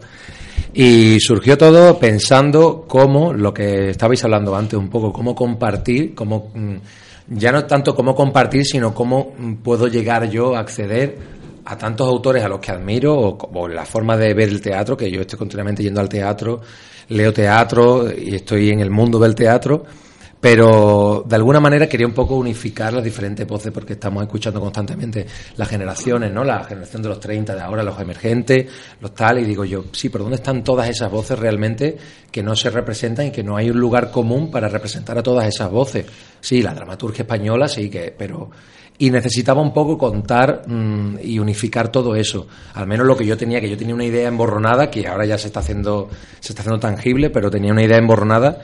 Y surgió todo pensando cómo, lo que estabais hablando antes un poco, cómo compartir, cómo, ya no tanto cómo compartir, sino cómo puedo llegar yo a acceder a tantos autores a los que admiro, o la forma de ver el teatro, que yo estoy continuamente yendo al teatro, leo teatro y estoy en el mundo del teatro, pero de alguna manera quería un poco unificar las diferentes voces, porque estamos escuchando constantemente las generaciones, ¿no? La generación de los 30 de ahora, los emergentes, los tal, y digo yo, sí, pero ¿dónde están todas esas voces realmente que no se representan y que no hay un lugar común para representar a todas esas voces? Sí, la dramaturgia española, sí, pero... Y necesitaba un poco contar y unificar todo eso. Al menos lo que yo tenía una idea emborronada, que ahora ya se está haciendo tangible, pero tenía una idea emborronada.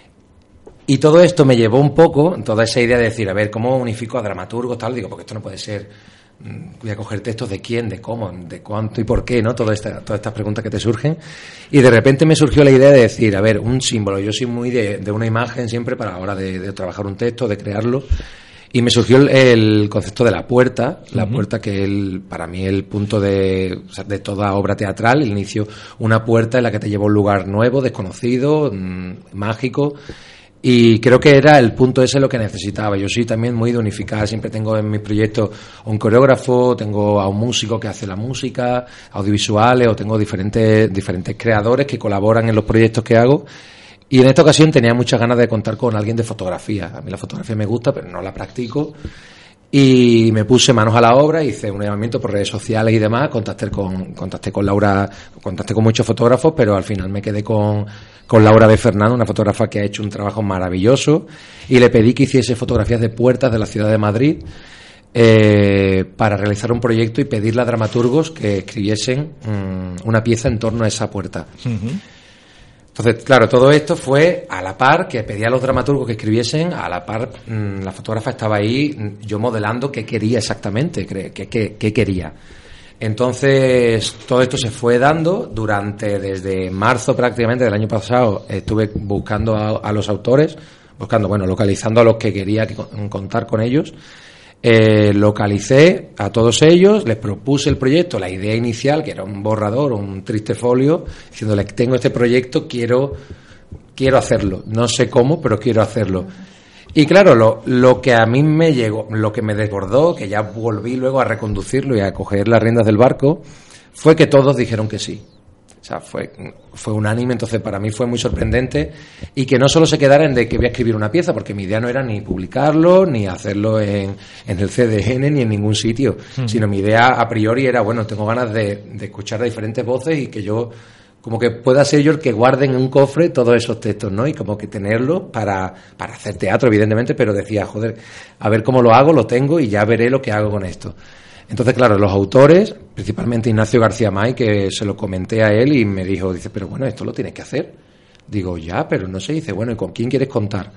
Y todo esto me llevó un poco, toda esa idea de decir, a ver, ¿cómo unifico a dramaturgos, tal? Digo, porque esto no puede ser, voy a coger textos de quién, de cómo, de cuánto y por qué, ¿no? Todas estas preguntas que te surgen. Y de repente me surgió la idea de decir, a ver, un símbolo. Yo soy muy de una imagen siempre para la hora de trabajar un texto, de crearlo. Y me surgió el concepto de la puerta, puerta que para mí el punto de toda obra teatral, el inicio, una puerta en la que te lleva a un lugar nuevo, desconocido, mágico. Y creo que era el punto ese lo que necesitaba. Yo soy también muy de unificar. Siempre tengo en mis proyectos a un coreógrafo, tengo a un músico que hace la música, audiovisuales, o tengo diferentes creadores que colaboran en los proyectos que hago. Y en esta ocasión tenía muchas ganas de contar con alguien de fotografía. A mí la fotografía me gusta, pero no la practico. Y me puse manos a la obra, hice un llamamiento por redes sociales y demás, contacté con Laura, contacté con muchos fotógrafos, pero al final me quedé con Laura de Fernando, una fotógrafa que ha hecho un trabajo maravilloso, y le pedí que hiciese fotografías de puertas de la ciudad de Madrid para realizar un proyecto y pedirle a dramaturgos que escribiesen una pieza en torno a esa puerta. Uh-huh. Entonces, claro, todo esto fue a la par que pedía a los dramaturgos que escribiesen, a la par la fotógrafa estaba ahí, yo modelando qué quería exactamente, qué quería. Entonces, todo esto se fue dando desde marzo prácticamente del año pasado, estuve buscando a los autores, localizando a los que quería contar con ellos. Localicé a todos ellos, les propuse el proyecto, la idea inicial, que era un borrador, un triste folio, diciéndoles que tengo este proyecto, quiero hacerlo, no sé cómo, pero quiero hacerlo. Y claro, lo que a mí me llegó, lo que me desbordó, que ya volví luego a reconducirlo y a coger las riendas del barco, fue que todos dijeron que sí. O sea, fue unánime, entonces para mí fue muy sorprendente, y que no solo se quedara en de que voy a escribir una pieza, porque mi idea no era ni publicarlo, ni hacerlo en el CDN, ni en ningún sitio, sino mi idea a priori era, bueno, tengo ganas de escuchar a diferentes voces y que yo, como que pueda ser yo el que guarde en un cofre todos esos textos, ¿no? Y como que tenerlos para hacer teatro, evidentemente, pero decía, joder, a ver cómo lo hago, lo tengo y ya veré lo que hago con esto. Entonces, claro, los autores, principalmente Ignacio García May, que se lo comenté a él y me dijo, dice, pero bueno, esto lo tienes que hacer. Digo, ya, pero no sé. Dice, bueno, ¿y con quién quieres contar?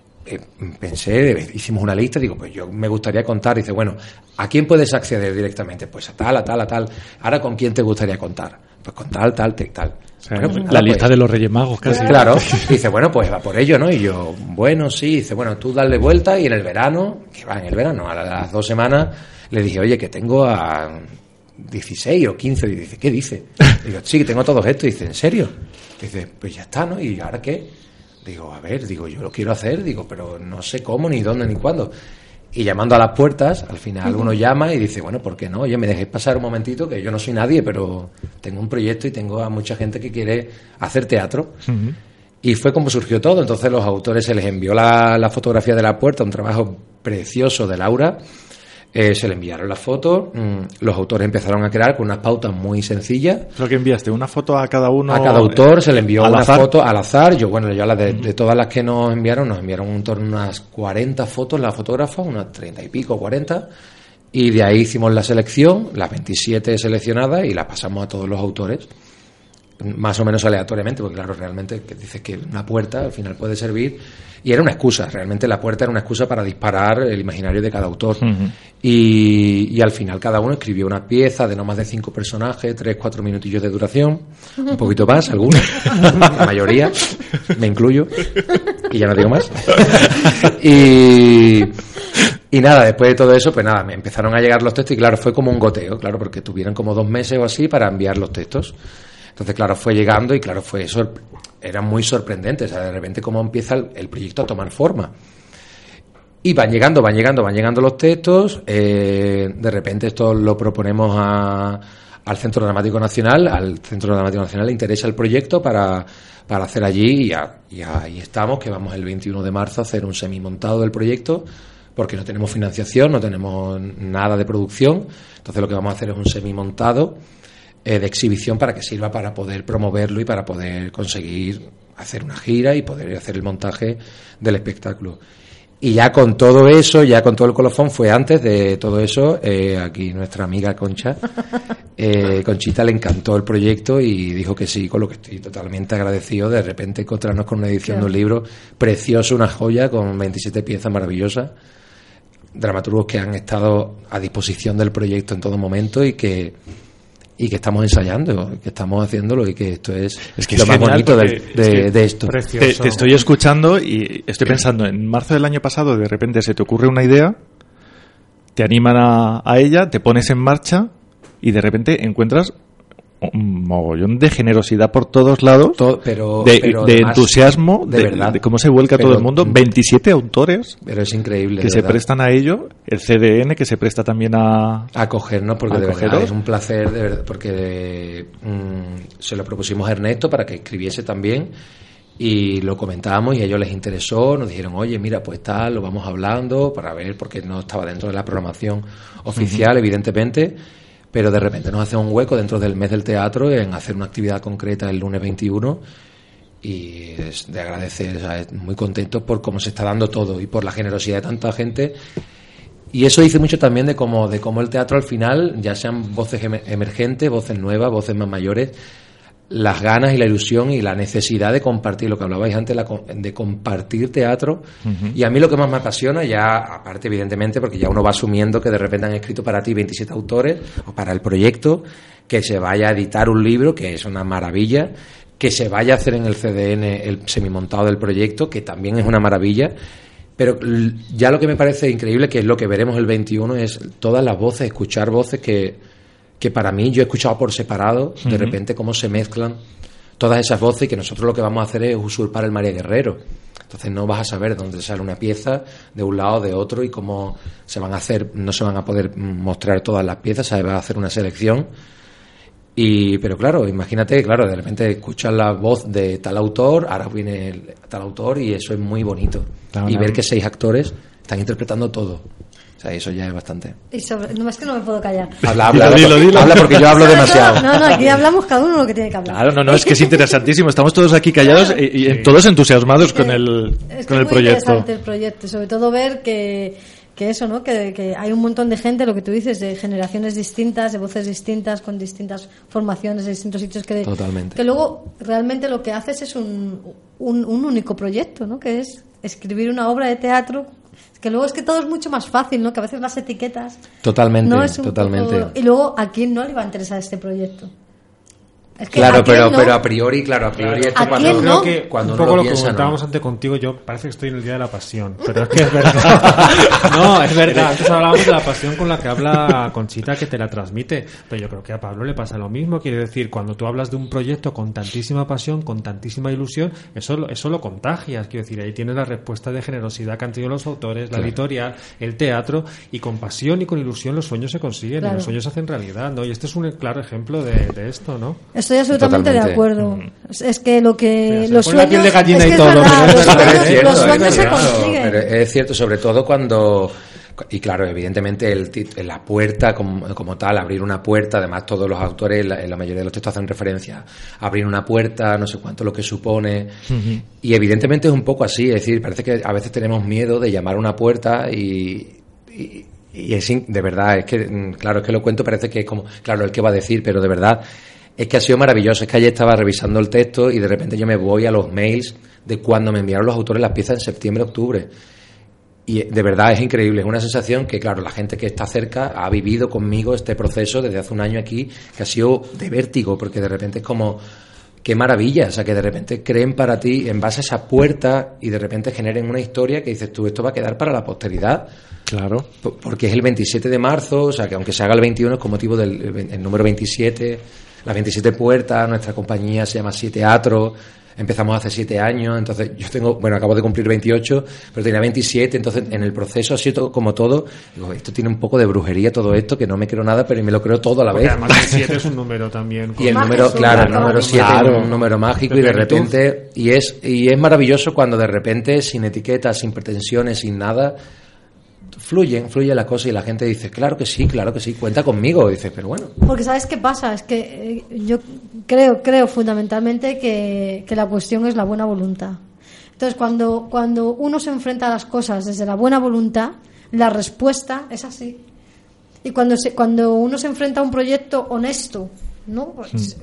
Pensé, hicimos una lista, digo, pues yo me gustaría contar. Dice, bueno, ¿a quién puedes acceder directamente? Pues a tal, a tal, a tal. Ahora, ¿con quién te gustaría contar? Pues con tal, tal, tal. Bueno, pues nada, la lista de los Reyes Magos, casi. Claro. Dice, bueno, pues va por ello, ¿no? Y yo, bueno, sí. Dice, bueno, tú dale vuelta y en el verano, que va en el verano, a las 2 semanas, le dije, oye, que tengo a 16 o 15. Y dice, ¿qué dice? Digo, sí, que tengo todos estos. Dice, ¿en serio? Dice, pues ya está, ¿no? ¿Y ahora qué? Digo, a ver, digo, yo lo quiero hacer, digo, pero no sé cómo, ni dónde, ni cuándo. Y llamando a las puertas, al final uno llama y dice, bueno, ¿por qué no? Oye, me dejéis pasar un momentito, que yo no soy nadie, pero tengo un proyecto y tengo a mucha gente que quiere hacer teatro. Y fue como surgió todo. Entonces los autores se les envió la fotografía de la puerta, un trabajo precioso de Laura. Se le enviaron las fotos, los autores empezaron a crear con unas pautas muy sencillas. Lo que enviaste, una foto a cada uno. A cada autor se le envió una foto al azar. Yo de todas las que nos enviaron en torno a unas 40 fotos la fotógrafa, unas 30 y pico, 40. Y de ahí hicimos la selección, las 27 seleccionadas, y las pasamos a todos los autores, más o menos aleatoriamente, porque claro, realmente que dices que una puerta al final puede servir, y era una excusa, realmente la puerta era una excusa para disparar el imaginario de cada autor. Y al final cada uno escribió una pieza de no más de 5 personajes, 3-4 minutillos de duración, un poquito más, algunos, la mayoría, me incluyo, y ya no digo más. Y nada, después de todo eso, pues nada, me empezaron a llegar los textos, y claro, fue como un goteo, claro, porque tuvieron como 2 meses o así para enviar los textos. Entonces, claro, fue llegando y claro, fue eso, era muy sorprendente, o sea, de repente cómo empieza el proyecto a tomar forma. Y van llegando los textos, de repente esto lo proponemos al Centro Dramático Nacional, le interesa el proyecto para hacer allí, y ahí estamos, que vamos el 21 de marzo a hacer un semimontado del proyecto, porque no tenemos financiación, no tenemos nada de producción, entonces lo que vamos a hacer es un semimontado de exhibición para que sirva para poder promoverlo y para poder conseguir hacer una gira y poder hacer el montaje del espectáculo. Y ya con todo eso, ya con todo el colofón, fue antes de todo eso, aquí nuestra amiga Concha, Conchita le encantó el proyecto y dijo que sí, con lo que estoy totalmente agradecido de repente encontrarnos con una edición de un libro precioso, una joya con 27 piezas maravillosas, dramaturgos que han estado a disposición del proyecto en todo momento y que estamos ensayando, que estamos haciéndolo, y que esto es que lo más bonito de esto. Te estoy escuchando y estoy pensando, en marzo del año pasado de repente se te ocurre una idea, te animan a ella, te pones en marcha y de repente encuentras un mogollón de generosidad por todos lados, pero de además, entusiasmo, de verdad, de cómo se vuelca todo el mundo. 27 autores, pero es increíble, que se prestan a ello, el CDN que se presta también a acogernos, porque de verdad es un placer, de verdad, porque se lo propusimos a Ernesto para que escribiese también, y lo comentábamos y a ellos les interesó, nos dijeron, oye, mira, pues tal, lo vamos hablando para ver, porque no estaba dentro de la programación oficial, evidentemente. Pero de repente nos hace un hueco dentro del mes del teatro en hacer una actividad concreta el lunes 21, y es de agradecer, o sea, muy contentos por cómo se está dando todo y por la generosidad de tanta gente. Y eso dice mucho también de cómo el teatro al final, ya sean voces emergentes, voces nuevas, voces más mayores, las ganas y la ilusión y la necesidad de compartir, lo que hablabais antes, de compartir teatro. Y a mí lo que más me apasiona, ya aparte evidentemente, porque ya uno va asumiendo que de repente han escrito para ti 27 autores, o para el proyecto, que se vaya a editar un libro, que es una maravilla, que se vaya a hacer en el CDN el semimontado del proyecto, que también es una maravilla. Pero ya lo que me parece increíble, que es lo que veremos el 21, es todas las voces, escuchar voces que para mí yo he escuchado por separado, de repente cómo se mezclan todas esas voces, y que nosotros lo que vamos a hacer es usurpar el María Guerrero. Entonces no vas a saber dónde sale una pieza de un lado o de otro, y cómo se van a hacer, no se van a poder mostrar todas las piezas, se va a hacer una selección. Pero claro, imagínate, claro, de repente escuchas la voz de tal autor, ahora viene tal autor y eso es muy bonito. Y ver que 6 actores están interpretando todo. O sea, eso ya es bastante. Y no, es que no me puedo callar. Habla porque yo hablo demasiado. No, aquí hablamos cada uno lo que tiene que hablar. Claro, no, es que es interesantísimo. Estamos todos aquí callados y todos entusiasmados con el proyecto. Es muy interesante el proyecto, sobre todo ver que eso, ¿no? Que hay un montón de gente, lo que tú dices, de generaciones distintas, de voces distintas, con distintas formaciones de distintos sitios, Totalmente. Que luego realmente lo que haces es un único proyecto, ¿no? Que es escribir una obra de teatro, que luego es que todo es mucho más fácil, ¿no? Que a veces las etiquetas... Totalmente, no es totalmente. Poco, y luego, ¿a quién no le va a interesar este proyecto? Es que claro, pero a priori esto cuando un poco lo que comentábamos antes contigo, yo parece que estoy en el Día de la Pasión, pero es que es verdad. No, es verdad. Antes hablábamos de la pasión con la que habla Conchita, que te la transmite, pero yo creo que a Pablo le pasa lo mismo. Quiere decir, cuando tú hablas de un proyecto con tantísima pasión, con tantísima ilusión, eso lo contagias. Quiero decir, ahí tienes la respuesta de generosidad que han tenido los autores, la editorial, el teatro, y con pasión y con ilusión los sueños se consiguen, y los sueños se hacen realidad, ¿no? Y este es un claro ejemplo de esto, ¿no? Estoy absolutamente de acuerdo. Es que lo que los sueños, la piel de gallina es y todo. Los sueños se consiguen. Pero es cierto, sobre todo cuando... Y claro, evidentemente la puerta como tal, abrir una puerta, además todos los autores, la mayoría de los textos hacen referencia a abrir una puerta, no sé cuánto lo que supone. Y evidentemente es un poco así, es decir, parece que a veces tenemos miedo de llamar a una puerta y es de verdad, es que claro, es que lo cuento, parece que es como, claro, el que va a decir, pero de verdad es que ha sido maravilloso. Es que ayer estaba revisando el texto y de repente yo me voy a los mails de cuando me enviaron los autores las piezas en septiembre, octubre. Y de verdad es increíble, es una sensación que, claro, la gente que está cerca ha vivido conmigo este proceso desde hace un año aquí, que ha sido de vértigo, porque de repente es como, qué maravilla, o sea, que de repente creen para ti en base a esa puerta y de repente generen una historia que dices tú, esto va a quedar para la posteridad. Claro. Porque es el 27 de marzo, o sea, que aunque se haga el 21 es con motivo del número 27, las 27 puertas, nuestra compañía se llama 7 Teatro. Empezamos hace 7 años, entonces yo acabo de cumplir 28, pero tenía 27, entonces en el proceso así como todo, digo, esto tiene un poco de brujería todo esto, que no me creo nada, pero me lo creo todo a la vez. Además el 7 es un número también. Y el número, claro, el número 7 es un número mágico y de repente, y es maravilloso cuando de repente, sin etiquetas, sin pretensiones, sin nada, fluye la cosa y la gente dice, claro que sí, cuenta conmigo. Y dice, pero bueno. Porque ¿sabes qué pasa? Es que yo creo fundamentalmente que la cuestión es la buena voluntad. Entonces, cuando uno se enfrenta a las cosas desde la buena voluntad, la respuesta es así. Y cuando uno se enfrenta a un proyecto honesto, ¿no? Pues,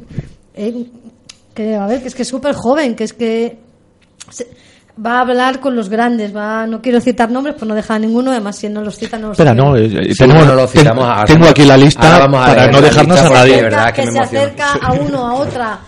que es súper joven, que es que... va a hablar con los grandes, no quiero citar nombres, pues no deja a ninguno, además si no los citan no los tengo aquí la lista para no dejarnos a nadie. Verdad que se acerca a uno, a otra,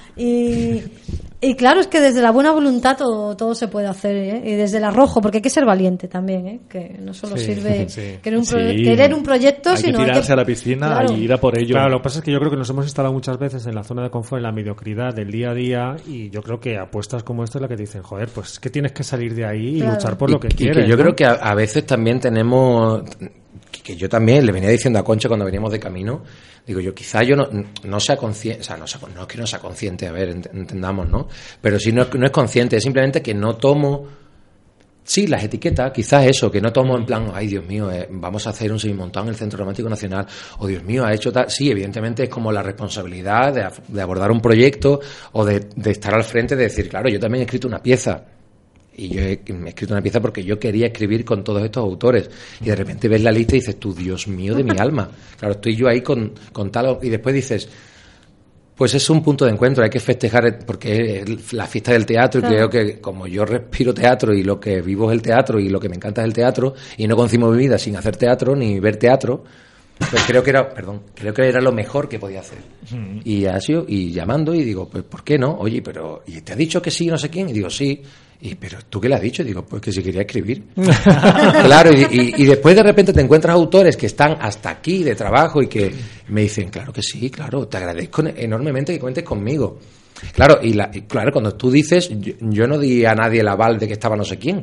y claro, es que desde la buena voluntad todo se puede hacer, ¿eh? Y desde el arrojo, porque hay que ser valiente también, ¿eh? Que no solo sirve querer un proyecto, sino que tirarse a la piscina y ir a por ello. Claro, lo que pasa es que yo creo que nos hemos instalado muchas veces en la zona de confort, en la mediocridad del día a día, y yo creo que apuestas como esta es la que te dicen, joder, pues es que tienes que salir de ahí y luchar por lo que quieres. Y que yo creo que a veces también tenemos... que yo también le venía diciendo a Concha cuando veníamos de camino, digo yo, quizá yo no sea consciente, o sea, no es que no sea consciente, a ver, entendamos, ¿no? Pero si no es consciente, es simplemente que no tomo, sí, las etiquetas, quizás eso, que no tomo en plan, ay, Dios mío, vamos a hacer un semimontón en el Centro Dramático Nacional, o Dios mío, ha hecho tal, sí, evidentemente es como la responsabilidad de abordar un proyecto, o de estar al frente, de decir, claro, yo también he escrito una pieza, y yo he escrito una pieza porque yo quería escribir con todos estos autores y de repente ves la lista y dices tú, Dios mío de mi alma, claro, estoy yo ahí con tal, y después dices, pues es un punto de encuentro, hay que festejar porque es la fiesta del teatro, y creo que como yo respiro teatro y lo que vivo es el teatro y lo que me encanta es el teatro y no concibo mi vida sin hacer teatro ni ver teatro, pues creo que era lo mejor que podía hacer. Y así, y llamando y digo, pues ¿por qué no? Oye, pero ¿y te ha dicho que sí no sé quién? Y digo, sí. ¿Pero tú qué le has dicho? Digo, pues que si quería escribir. Claro, y después de repente te encuentras autores que están hasta aquí de trabajo y que me dicen, claro que sí, claro, te agradezco enormemente que cuentes conmigo. Claro, y claro, cuando tú dices, yo no di a nadie el aval de que estaba no sé quién.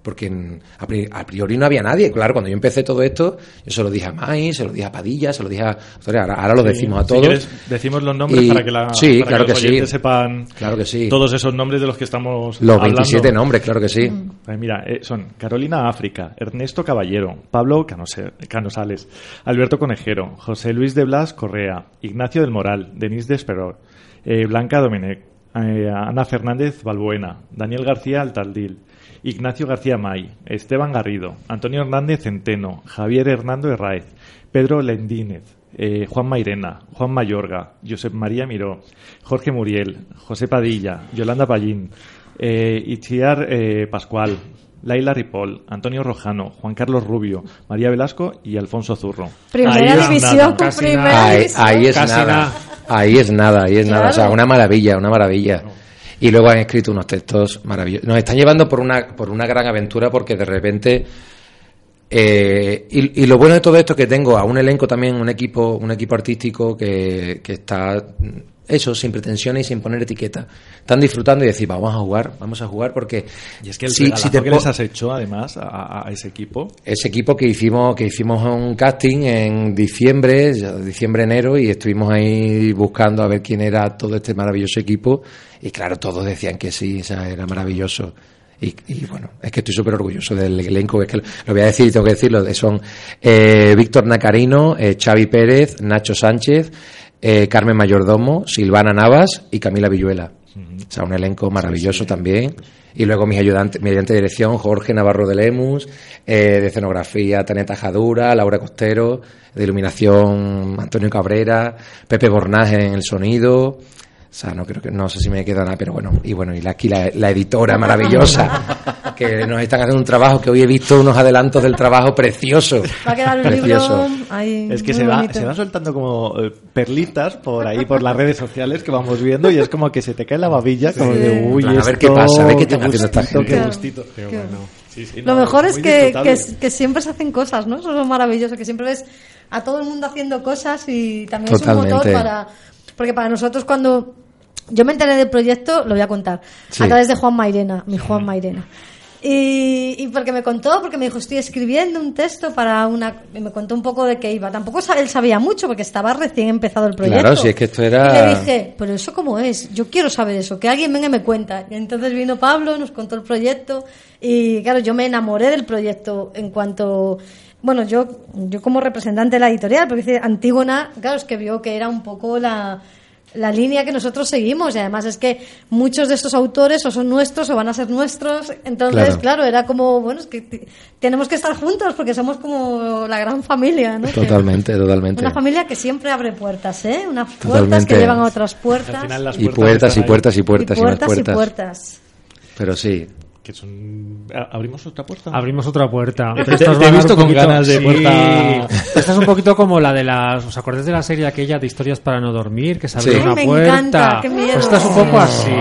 porque a priori no había nadie. Claro, cuando yo empecé todo esto, yo se lo dije a Mai, se lo dije a Padilla, se lo dije a... Ahora lo decimos a todos. Si quieres, decimos los nombres para que, claro que los oyentes sepan todos esos nombres de los que estamos los hablando. 27 nombres, claro que sí. Pues mira, son Carolina África, Ernesto Caballero, Pablo Canosales, Alberto Conejero, José Luis de Blas Correa, Ignacio del Moral, Denise Desperor, Blanca Domenech, Ana Fernández Balbuena, Daniel García Altaldil, Ignacio García May, Esteban Garrido, Antonio Hernández Centeno, Javier Hernando Herráez, Pedro Lendínez, Juan Mairena, Juan Mayorga, Josep María Miró, Jorge Muriel, José Padilla, Yolanda Pallín, Itziar Pascual, Laila Ripoll, Antonio Rojano, Juan Carlos Rubio, María Velasco y Alfonso Zurro. Primera división, ahí es nada. Claro. O sea, una maravilla. Y luego han escrito unos textos maravillosos. Nos están llevando por una gran aventura, porque de repente... y lo bueno de todo esto es que tengo a un elenco también, un equipo artístico que está... Eso, sin pretensiones y sin poner etiqueta. Están disfrutando y decir, vamos a jugar porque... Y es que el regalazo que les has hecho, además, a ese equipo... Ese equipo que hicimos un casting en diciembre, enero, y estuvimos ahí buscando a ver quién era todo este maravilloso equipo, y claro, todos decían que sí, o sea, era maravilloso. Y bueno, es que estoy súper orgulloso del elenco, es que lo voy a decir y tengo que decirlo, son Víctor Nacarino, Xavi Pérez, Nacho Sánchez, Carmen Mayordomo, Silvana Navas y Camila Villuela. O sea, un elenco maravilloso también. Y luego mi ayudante de dirección, Jorge Navarro de Lemus, de escenografía, Tania Tajadura, Laura Costero, de iluminación, Antonio Cabrera, Pepe Bornaje en el sonido. O sea, no sé si me queda nada, pero bueno, y aquí la editora maravillosa, que nos están haciendo un trabajo que hoy he visto unos adelantos del trabajo precioso. Va a quedar un libro ahí. Es que se va soltando como perlitas por ahí, por las redes sociales que vamos viendo, y es como que se te cae la babilla, como de uy, a ver qué pasa, a ver qué están haciendo esta gente. Qué gustito. Qué bueno. Lo mejor es que siempre se hacen cosas, ¿no? Eso es lo maravilloso, que siempre ves a todo el mundo haciendo cosas, y también Totalmente. Es un motor porque para nosotros, cuando yo me enteré del proyecto, lo voy a contar, a través de Juan Mairena, Juan Mairena. Y porque me dijo, estoy escribiendo un texto y me contó un poco de qué iba. Tampoco él sabía mucho, porque estaba recién empezado el proyecto. Claro, si es que esto era... Y le dije, pero ¿eso cómo es? Yo quiero saber eso, que alguien venga y me cuenta. Y entonces vino Pablo, nos contó el proyecto, y claro, yo me enamoré del proyecto en cuanto... Bueno, yo como representante de la editorial, porque dice Antígona, claro, es que vio que era un poco la línea que nosotros seguimos, y además es que muchos de estos autores o son nuestros o van a ser nuestros, entonces claro era como, bueno, es que tenemos que estar juntos porque somos como la gran familia, ¿no? Totalmente. Una familia que siempre abre puertas, unas puertas que llevan a otras puertas, y puertas y puertas y puertas y más puertas. Pero sí. Que son... ¿Abrimos otra puerta? Abrimos otra puerta. Te he visto con ganas de puerta. Esta es un poquito como la de las... ¿Os acordáis de la serie aquella de Historias para no dormir? Que se abre una me puerta. Encanta, qué miedo. Esta es un poco así.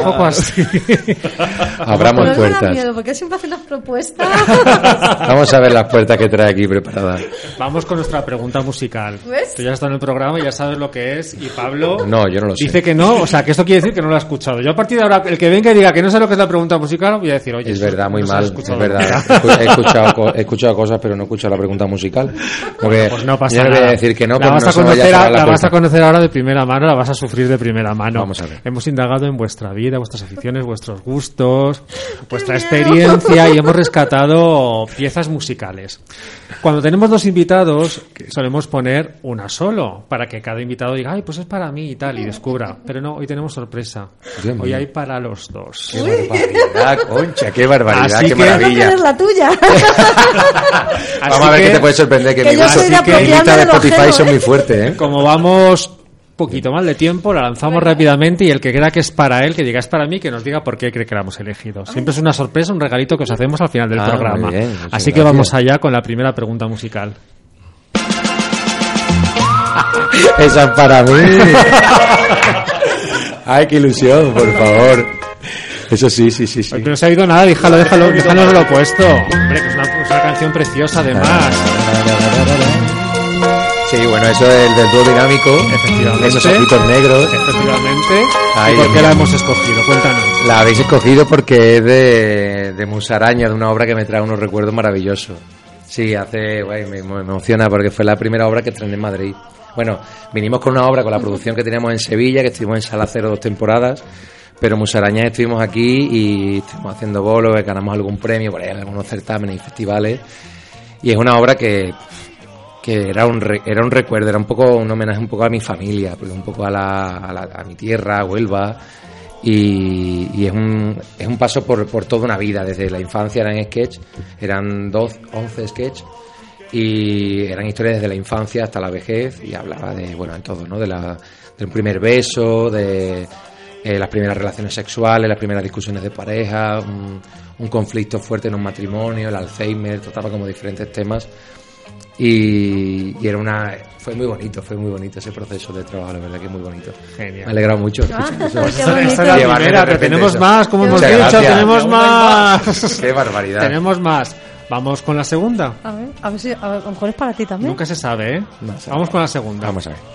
Abramos pero puertas. No me da miedo, porque siempre hacen las propuestas. Vamos a ver las puertas que trae aquí preparadas. Vamos con nuestra pregunta musical. ¿Ves? Tú ya estás en el programa, ya sabes lo que es, y Pablo... No, yo no lo sé. Dice que no, o sea, que esto quiere decir que no lo ha escuchado. Yo a partir de ahora, el que venga y diga que no sé lo que es la pregunta musical, voy a decir, oye... Es verdad, muy no mal, es verdad. He escuchado cosas, pero no he escuchado la pregunta musical. Porque pues no pasa yo nada. No voy a decir que no, la vas, no a conocer ahora de primera mano, la vas a sufrir de primera mano. Vamos a ver. Hemos indagado en vuestra vida, vuestras aficiones, vuestros gustos, vuestra experiencia, y hemos rescatado piezas musicales. Cuando tenemos dos invitados, solemos poner una solo, para que cada invitado diga, ay, pues es para mí y tal, y descubra. Pero no, hoy tenemos sorpresa. Hoy hay para los dos. ¡Qué barbaridad, Concha! ¡Qué barbaridad! Así ¡Qué que maravilla! Es la tuya. Vamos a ver qué te puede sorprender, que mi lista de Spotify son muy fuertes, ¿eh? Como vamos poquito mal de tiempo, la lanzamos rápidamente, y el que crea que es para él, que diga es para mí, que nos diga por qué cree que la hemos elegido. Siempre es una sorpresa, un regalito que os hacemos al final del programa. Bien, así que vamos allá con la primera pregunta musical. Esa es para mí. Ay, qué ilusión, por favor. Eso sí. Porque no se ha oído nada, déjanos lo puesto. Hombre, que es una canción preciosa además. Sí, bueno, eso es el del dúo dinámico. Efectivamente. Esos ojitos negros. Efectivamente. Ay, ¿Y por Dios qué la mío. hemos escogido? Cuéntanos. La habéis escogido porque es de Musaraña, de una obra que me trae unos recuerdos maravillosos. Sí, me emociona porque fue la primera obra que estrené en Madrid. Bueno, vinimos con una obra con la producción que teníamos en Sevilla, que estuvimos en Sala Cero 2 temporadas, pero Musaraña estuvimos aquí y estuvimos haciendo bolos, ganamos algún premio por ahí, algunos certámenes y festivales. Y es una obra que era un recuerdo, era un poco un homenaje un poco a mi familia, un poco a mi tierra, a Huelva. Y es un paso por toda una vida. Desde la infancia eran sketch, eran 11 sketch, y eran historias desde la infancia hasta la vejez, y hablaba de, bueno, de todo, ¿no? Del primer beso, de las primeras relaciones sexuales, las primeras discusiones de pareja, un conflicto fuerte en un matrimonio, el Alzheimer, trataba como diferentes temas. Y fue muy bonito ese proceso de trabajo, la verdad que es muy bonito. Genial. Me ha alegrado mucho escuchar eso. Qué bonito. Esta es la Llevarme primera, de pero repente tenemos eso. más, como hemos Muchas dicho, gracias. tenemos más. Qué barbaridad. Tenemos más. Vamos con la segunda. A ver si a lo mejor es para ti también. Nunca se sabe, ¿eh? No sé. Vamos con la segunda. Vamos a ver.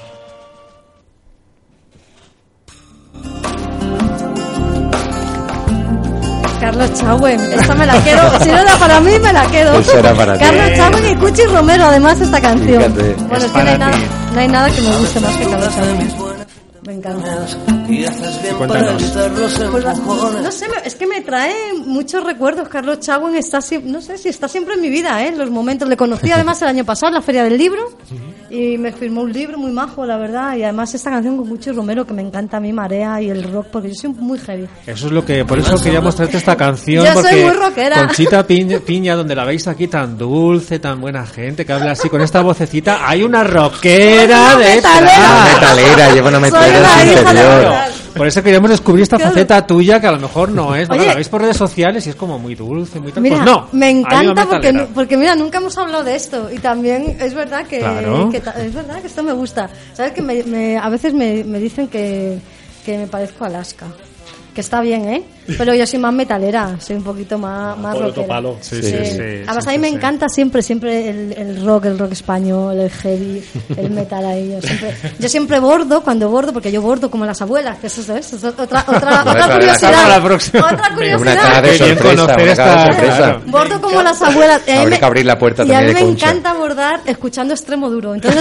Carlos Chauen, esta me la quiero. Si no era para mí, me la quedo. Eso era para ti. Carlos Chauen y Cuchi Romero, además, esta canción. Fíjate. Bueno, Es es que no para hay, nada, ti. no hay nada que me guste más que Carlos Chauen. Me encanta. Cuéntanos. Pues no sé, es que me trae muchos recuerdos. Carlos Chauen está siempre, no sé si está siempre en mi vida, en los momentos. Le conocí además el año pasado en la Feria del Libro y me firmó un libro muy majo, la verdad. Y además esta canción con Cuchi Romero, que me encanta a mí, Marea y el rock, porque yo soy muy heavy. Eso es lo que, por eso queríamos traerte esta canción. Yo soy porque muy rockera. Conchita Piña, donde la veis aquí tan dulce, tan buena gente, que habla así con esta vocecita, hay una rockera Una detrás. metalera. Metalera, lleva una Soy metalera una en su hija de interior. metal. Por eso queríamos descubrir esta Claro. faceta tuya, que a lo mejor no es. Bueno, Oye. la veis por redes sociales y es como muy dulce, muy tal. Mira, Pues no, me hay una encanta metalera. porque mira, nunca hemos hablado de esto y también es verdad que, Claro. es verdad que esto me gusta. Sabes que a veces me dicen que me parezco a Alaska, que está bien, pero yo soy más metalera, soy un poquito más Por otro rockera. palo. Sí. Además sí, a mí me sí. encanta siempre el rock español, el heavy, el metal ahí. Yo siempre bordo, porque yo bordo como las abuelas, que eso es otra curiosidad. Para la próxima. Otra Una curiosidad. cara de Qué bien sorpresa, conocer una cara de esta- sorpresa. claro. Bordo como las abuelas. Y a mí Habrá que abrir la puerta y a también mí de me Concha. encanta bordar escuchando Extremo Duro. Entonces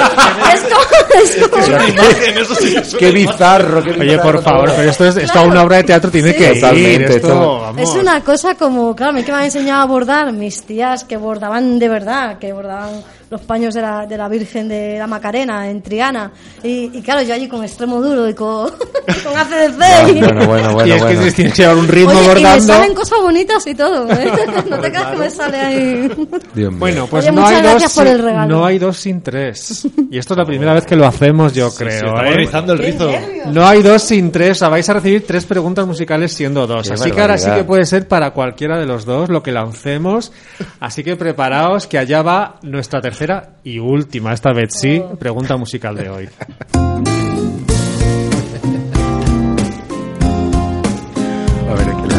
es como Qué bizarro, qué Oye, bizarro por favor, todo. pero esto a Claro. una obra de teatro tiene Sí. que ir. Totalmente, Esto, esto- vamos. es una cosa como, claro, a mí que me han enseñado a bordar mis tías que bordaban de verdad, que bordaban los paños de la Virgen de la Macarena en Triana. Y claro, yo allí con Extremo Duro y con ACDC. Bueno. Y es que tienes que llevar un ritmo Oye, y me bordando. salen cosas bonitas y todo, ¿eh? No te creas que me sale ahí. Dios mío. Bueno, pues Oye, no muchas hay gracias por el regalo. no hay dos sin tres. Y esto es la primera vez que lo hacemos, yo creo. Estamos ¿eh? rizando el rizo. No hay dos sin tres. O sea, vais a recibir 3 preguntas musicales siendo 2. Qué Así que ahora sí barbaridad. que puede ser para cualquiera de los dos lo que lancemos. Así que preparaos que allá va nuestra tercera y última, esta vez sí, pregunta musical de hoy. A ver, es que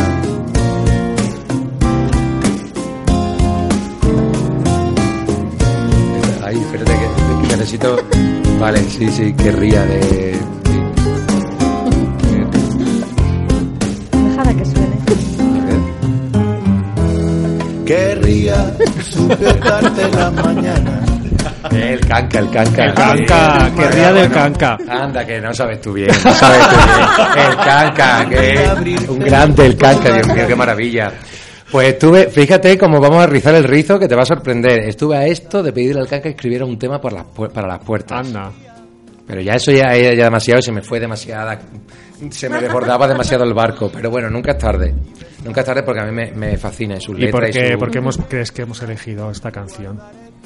Ay, espérate que necesito... Vale, sí, querría de... Déjala que suene. Querría despertarte en la mañana. El canca. El canca, querría del canca. Anda, que no sabes tú bien, no sabes tú bien. El canca, que un grande el canca, Dios mío, qué maravilla. Pues estuve, fíjate cómo vamos a rizar el rizo que te va a sorprender. Estuve a esto de pedirle al canca que escribiera un tema para las puertas. Anda. Pero ya eso ya demasiado, se me fue demasiada, se me desbordaba demasiado el barco. Pero bueno, nunca es tarde. Nunca es tarde porque a mí me fascina sus ¿Y por letras. qué, su... por qué crees que hemos elegido esta canción?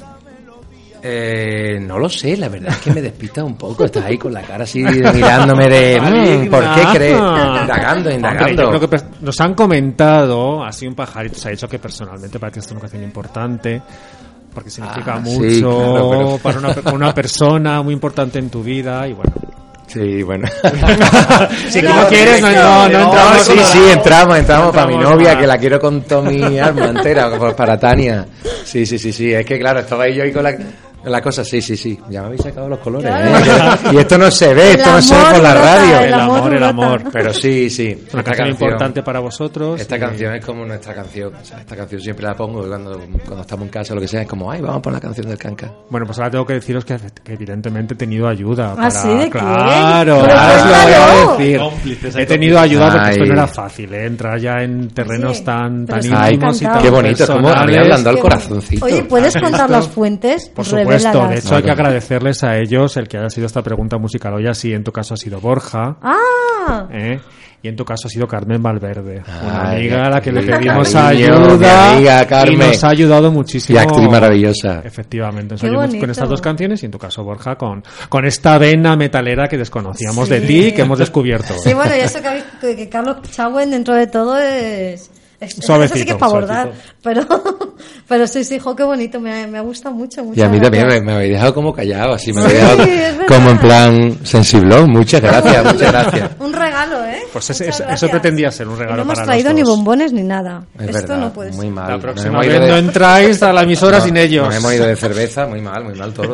No lo sé, la verdad es que me despista un poco. Estás ahí con la cara así mirándome de... ¿Por qué crees? Indagando. Hombre, yo creo que nos han comentado, así un pajarito se ha dicho que personalmente para ti esto es una canción importante, porque significa sí, mucho claro, para una persona muy importante en tu vida y bueno. Sí, bueno. Si no quieres, no entramos. Sí, entramos para mi novia, nada. que la quiero con toda mi alma entera, para Tania. Sí, es que claro, estaba ahí yo ahí con la... La cosa, sí. Ya me habéis sacado los colores. Claro. Y esto no se ve, esto no se ve por la radio. El amor. Pero sí. Una canción importante para vosotros. Esta canción es como nuestra canción. O sea, esta canción siempre la pongo cuando estamos en casa o lo que sea. Es como, ay, vamos a poner la canción del Canca. Bueno, pues ahora tengo que deciros que evidentemente he tenido ayuda. ¿Sí? ¿De Claro, quién? os lo voy a decir. Cómplices, He tenido ayuda porque esto Ay. no era fácil, entrar ya en terrenos Sí, tan pero sí, íntimos y encantado. tan Qué bonito, como a mí personales. hablando al corazoncito. Oye, ¿puedes contar las fuentes? Por supuesto, Revélalas. de hecho hay que agradecerles a ellos el que haya sido esta pregunta musical hoy, así en tu caso ha sido Borja, ¡Ah! y en tu caso ha sido Carmen Valverde, una Ay, amiga a la que le qué pedimos cariño, mi ayuda amiga y Carmen. nos ha ayudado Y muchísimo. actriz maravillosa. Efectivamente, nos Qué ayudamos bonito. con estas dos canciones y en tu caso Borja con esta vena metalera que desconocíamos de ti y que hemos descubierto. Sí, bueno, y eso que Carlos Chauen dentro de todo es Suavecito, eso sí que es para abordar. Pero sí, jo, qué bonito, me ha gustado mucho. Y a mí muchas también gracias. me habéis dejado como callado, así me Sí, habéis dejado es verdad. como en plan sensiblón. Muchas gracias. Un regalo, ¿eh? Pues Muchas eso gracias. pretendía ser un Y regalo no hemos para traído los ni dos. bombones ni nada. Es Esto verdad, no puede muy ser. mal. La Nos próxima hemos vez ido no de- entráis a la emisora sin ellos. Nos hemos ido de cerveza, muy mal todo.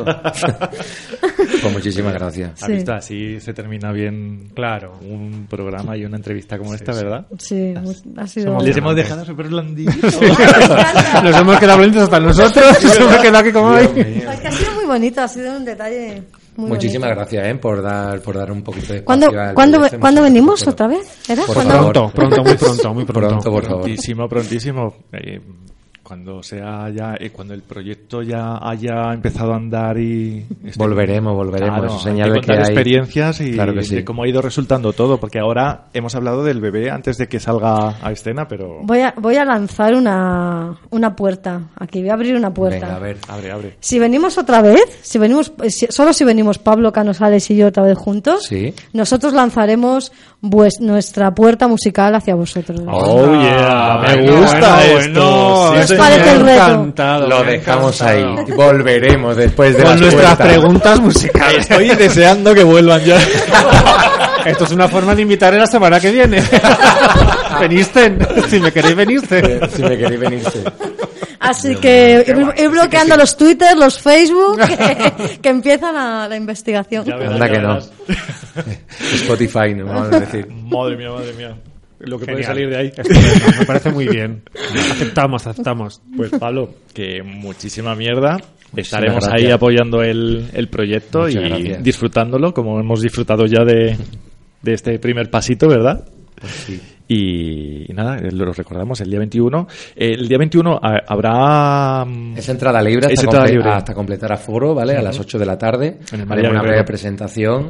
Pues muchísimas gracias. ¿Has visto? Así se termina bien, claro, un programa y una entrevista como esta, ¿verdad? Sí, ha sido... Somos Les hemos dejado súper blanditos. Nos hemos quedado bonitos hasta nosotros. Nos hemos quedado aquí como hoy. Es que ha sido muy bonito, ha sido un detalle muy Muchísimas bonito. gracias por dar un poquito de ¿Cuándo, espacio al ¿cuándo, proyecto. ¿cuándo Muchas venimos gracias. otra vez? ¿Era? Por ¿Cuándo? favor. Pronto, muy pronto. Pronto, por favor. Prontísimo. Cuando cuando el proyecto ya haya empezado a andar y Volveremos. Claro, Eso señala hay que contar hay experiencias y Claro que sí. de cómo ha ido resultando todo, porque ahora hemos hablado del bebé antes de que salga a escena, pero Voy a lanzar una puerta. Aquí voy a abrir una puerta. Venga, a ver. abre. Si venimos otra vez, solo si venimos Pablo Canosales y yo otra vez juntos, Sí. nosotros lanzaremos nuestra puerta musical hacia vosotros. Oh yeah, me Bueno, gusta bueno, esto. ¿Qué os Sí, parece el señor. reto? Encantado, Lo me ha dejamos encantado. ahí. Volveremos después de Con las nuestras puertas. preguntas musicales. Estoy deseando que vuelvan ya. Esto es una forma de invitar la semana que viene. Venisten, si me queréis venirse. Si me queréis venirse. Así que ir bloqueando los Twitter, los Facebook, que empieza la investigación. Ya verás, Anda ya que no. verás. Spotify, no vamos a decir. Madre mía. Lo que puede Genial. salir de ahí. Estupendo, me parece muy bien. Aceptamos. Pues Pablo, que muchísima mierda. Estaremos ahí gracias. apoyando el proyecto Muchas y gracias. disfrutándolo, como hemos disfrutado ya de este primer pasito, ¿verdad? Sí. Y nada, lo recordamos, el día 21. El día 21 habrá... Es entrada libre Es hasta, entrada libre. hasta completar aforo, ¿vale? A las 8 de la tarde. En el Haremos María una Guerrero. breve presentación.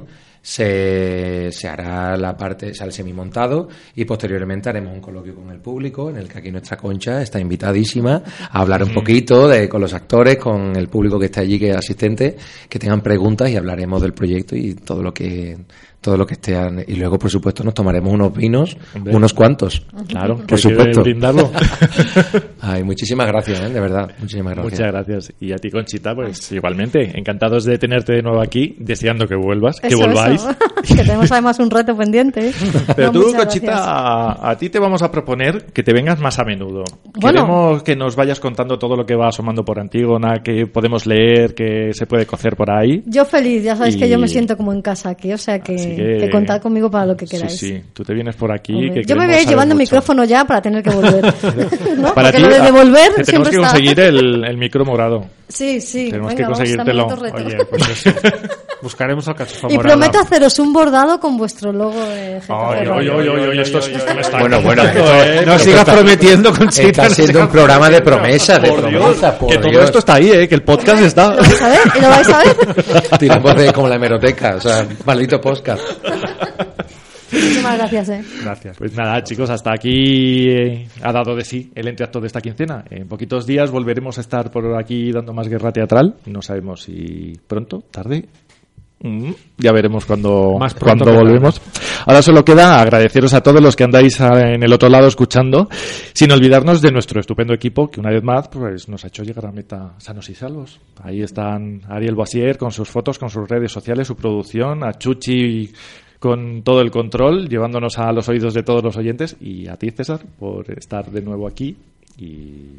Se hará la parte, el semimontado y posteriormente haremos un coloquio con el público en el que aquí nuestra Concha está invitadísima a hablar un poquito con los actores, con el público que está allí, que es asistente, que tengan preguntas y hablaremos del proyecto y todo lo que esté. Y luego, por supuesto, nos tomaremos unos vinos, Hombre. unos cuantos. Claro, por que hay que supuesto. brindarlo. Ay, muchísimas gracias, de verdad. Muchísimas gracias. Muchas gracias. Y a ti, Conchita, pues igualmente. Encantados de tenerte de nuevo aquí, deseando que vuelvas, que Eso, volváis. eso. Que tenemos además un reto pendiente. Pero No, tú, muchas Conchita, gracias. a ti te vamos a proponer que te vengas más a menudo. Bueno. Queremos que nos vayas contando todo lo que va asomando por Antígona, que podemos leer, que se puede cocer por ahí. Yo feliz, ya sabéis que Y- yo me siento como en casa aquí, o sea que, Así que- contad conmigo para lo que queráis. Sí, tú te vienes por aquí. Hombre, Que yo me queremos voy a ir saber llevando mucho. micrófono ya para tener que volver. ¿No? Para Porque ti, lo de devolver te tenemos siempre que está... conseguir el micro morado. Sí, sí. Tenemos venga, que vamos, conseguírtelo. también otro reto. Oye, pues eso. Buscaremos al cachofa Y morada. prometo haceros un bordado con vuestro logo de GTC Ay, Radio. oye, esto me está Bueno, No sigas prometiendo, Conchita. Está no siendo sigas un programa de promesas, de Por Dios, promesas, por que todo Dios. esto está ahí, que el podcast está. ¿Lo vais a ver? ¿Y lo vais a ver? Tiramos de como la hemeroteca, o sea, maldito podcast. Muchísimas gracias, Gracias. Pues nada, chicos, hasta aquí ha dado de sí el entreacto de esta quincena. En poquitos días volveremos a estar por aquí dando más guerra teatral. No sabemos si pronto, tarde. Ya veremos cuando Más pronto cuando que volvemos. Ahora solo queda agradeceros a todos los que andáis en el otro lado escuchando, sin olvidarnos de nuestro estupendo equipo que una vez más pues nos ha hecho llegar a meta sanos y salvos. Ahí están Ariel Boisier con sus fotos, con sus redes sociales, su producción, a Chuchi con todo el control, llevándonos a los oídos de todos los oyentes, y a ti, César, por estar de nuevo aquí y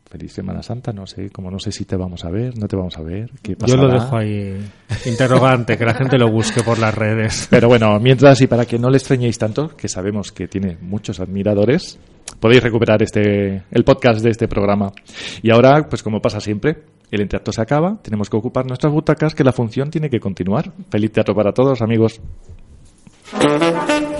Feliz Semana Santa, no sé si te vamos a ver, no te vamos a ver, qué pasará. Yo lo dejo ahí interrogante, que la gente lo busque por las redes. Pero bueno, mientras, y para que no le extrañéis tanto, que sabemos que tiene muchos admiradores, podéis recuperar el podcast de este programa. Y ahora, pues como pasa siempre, el entreacto se acaba, tenemos que ocupar nuestras butacas, que la función tiene que continuar. Feliz teatro para todos, amigos.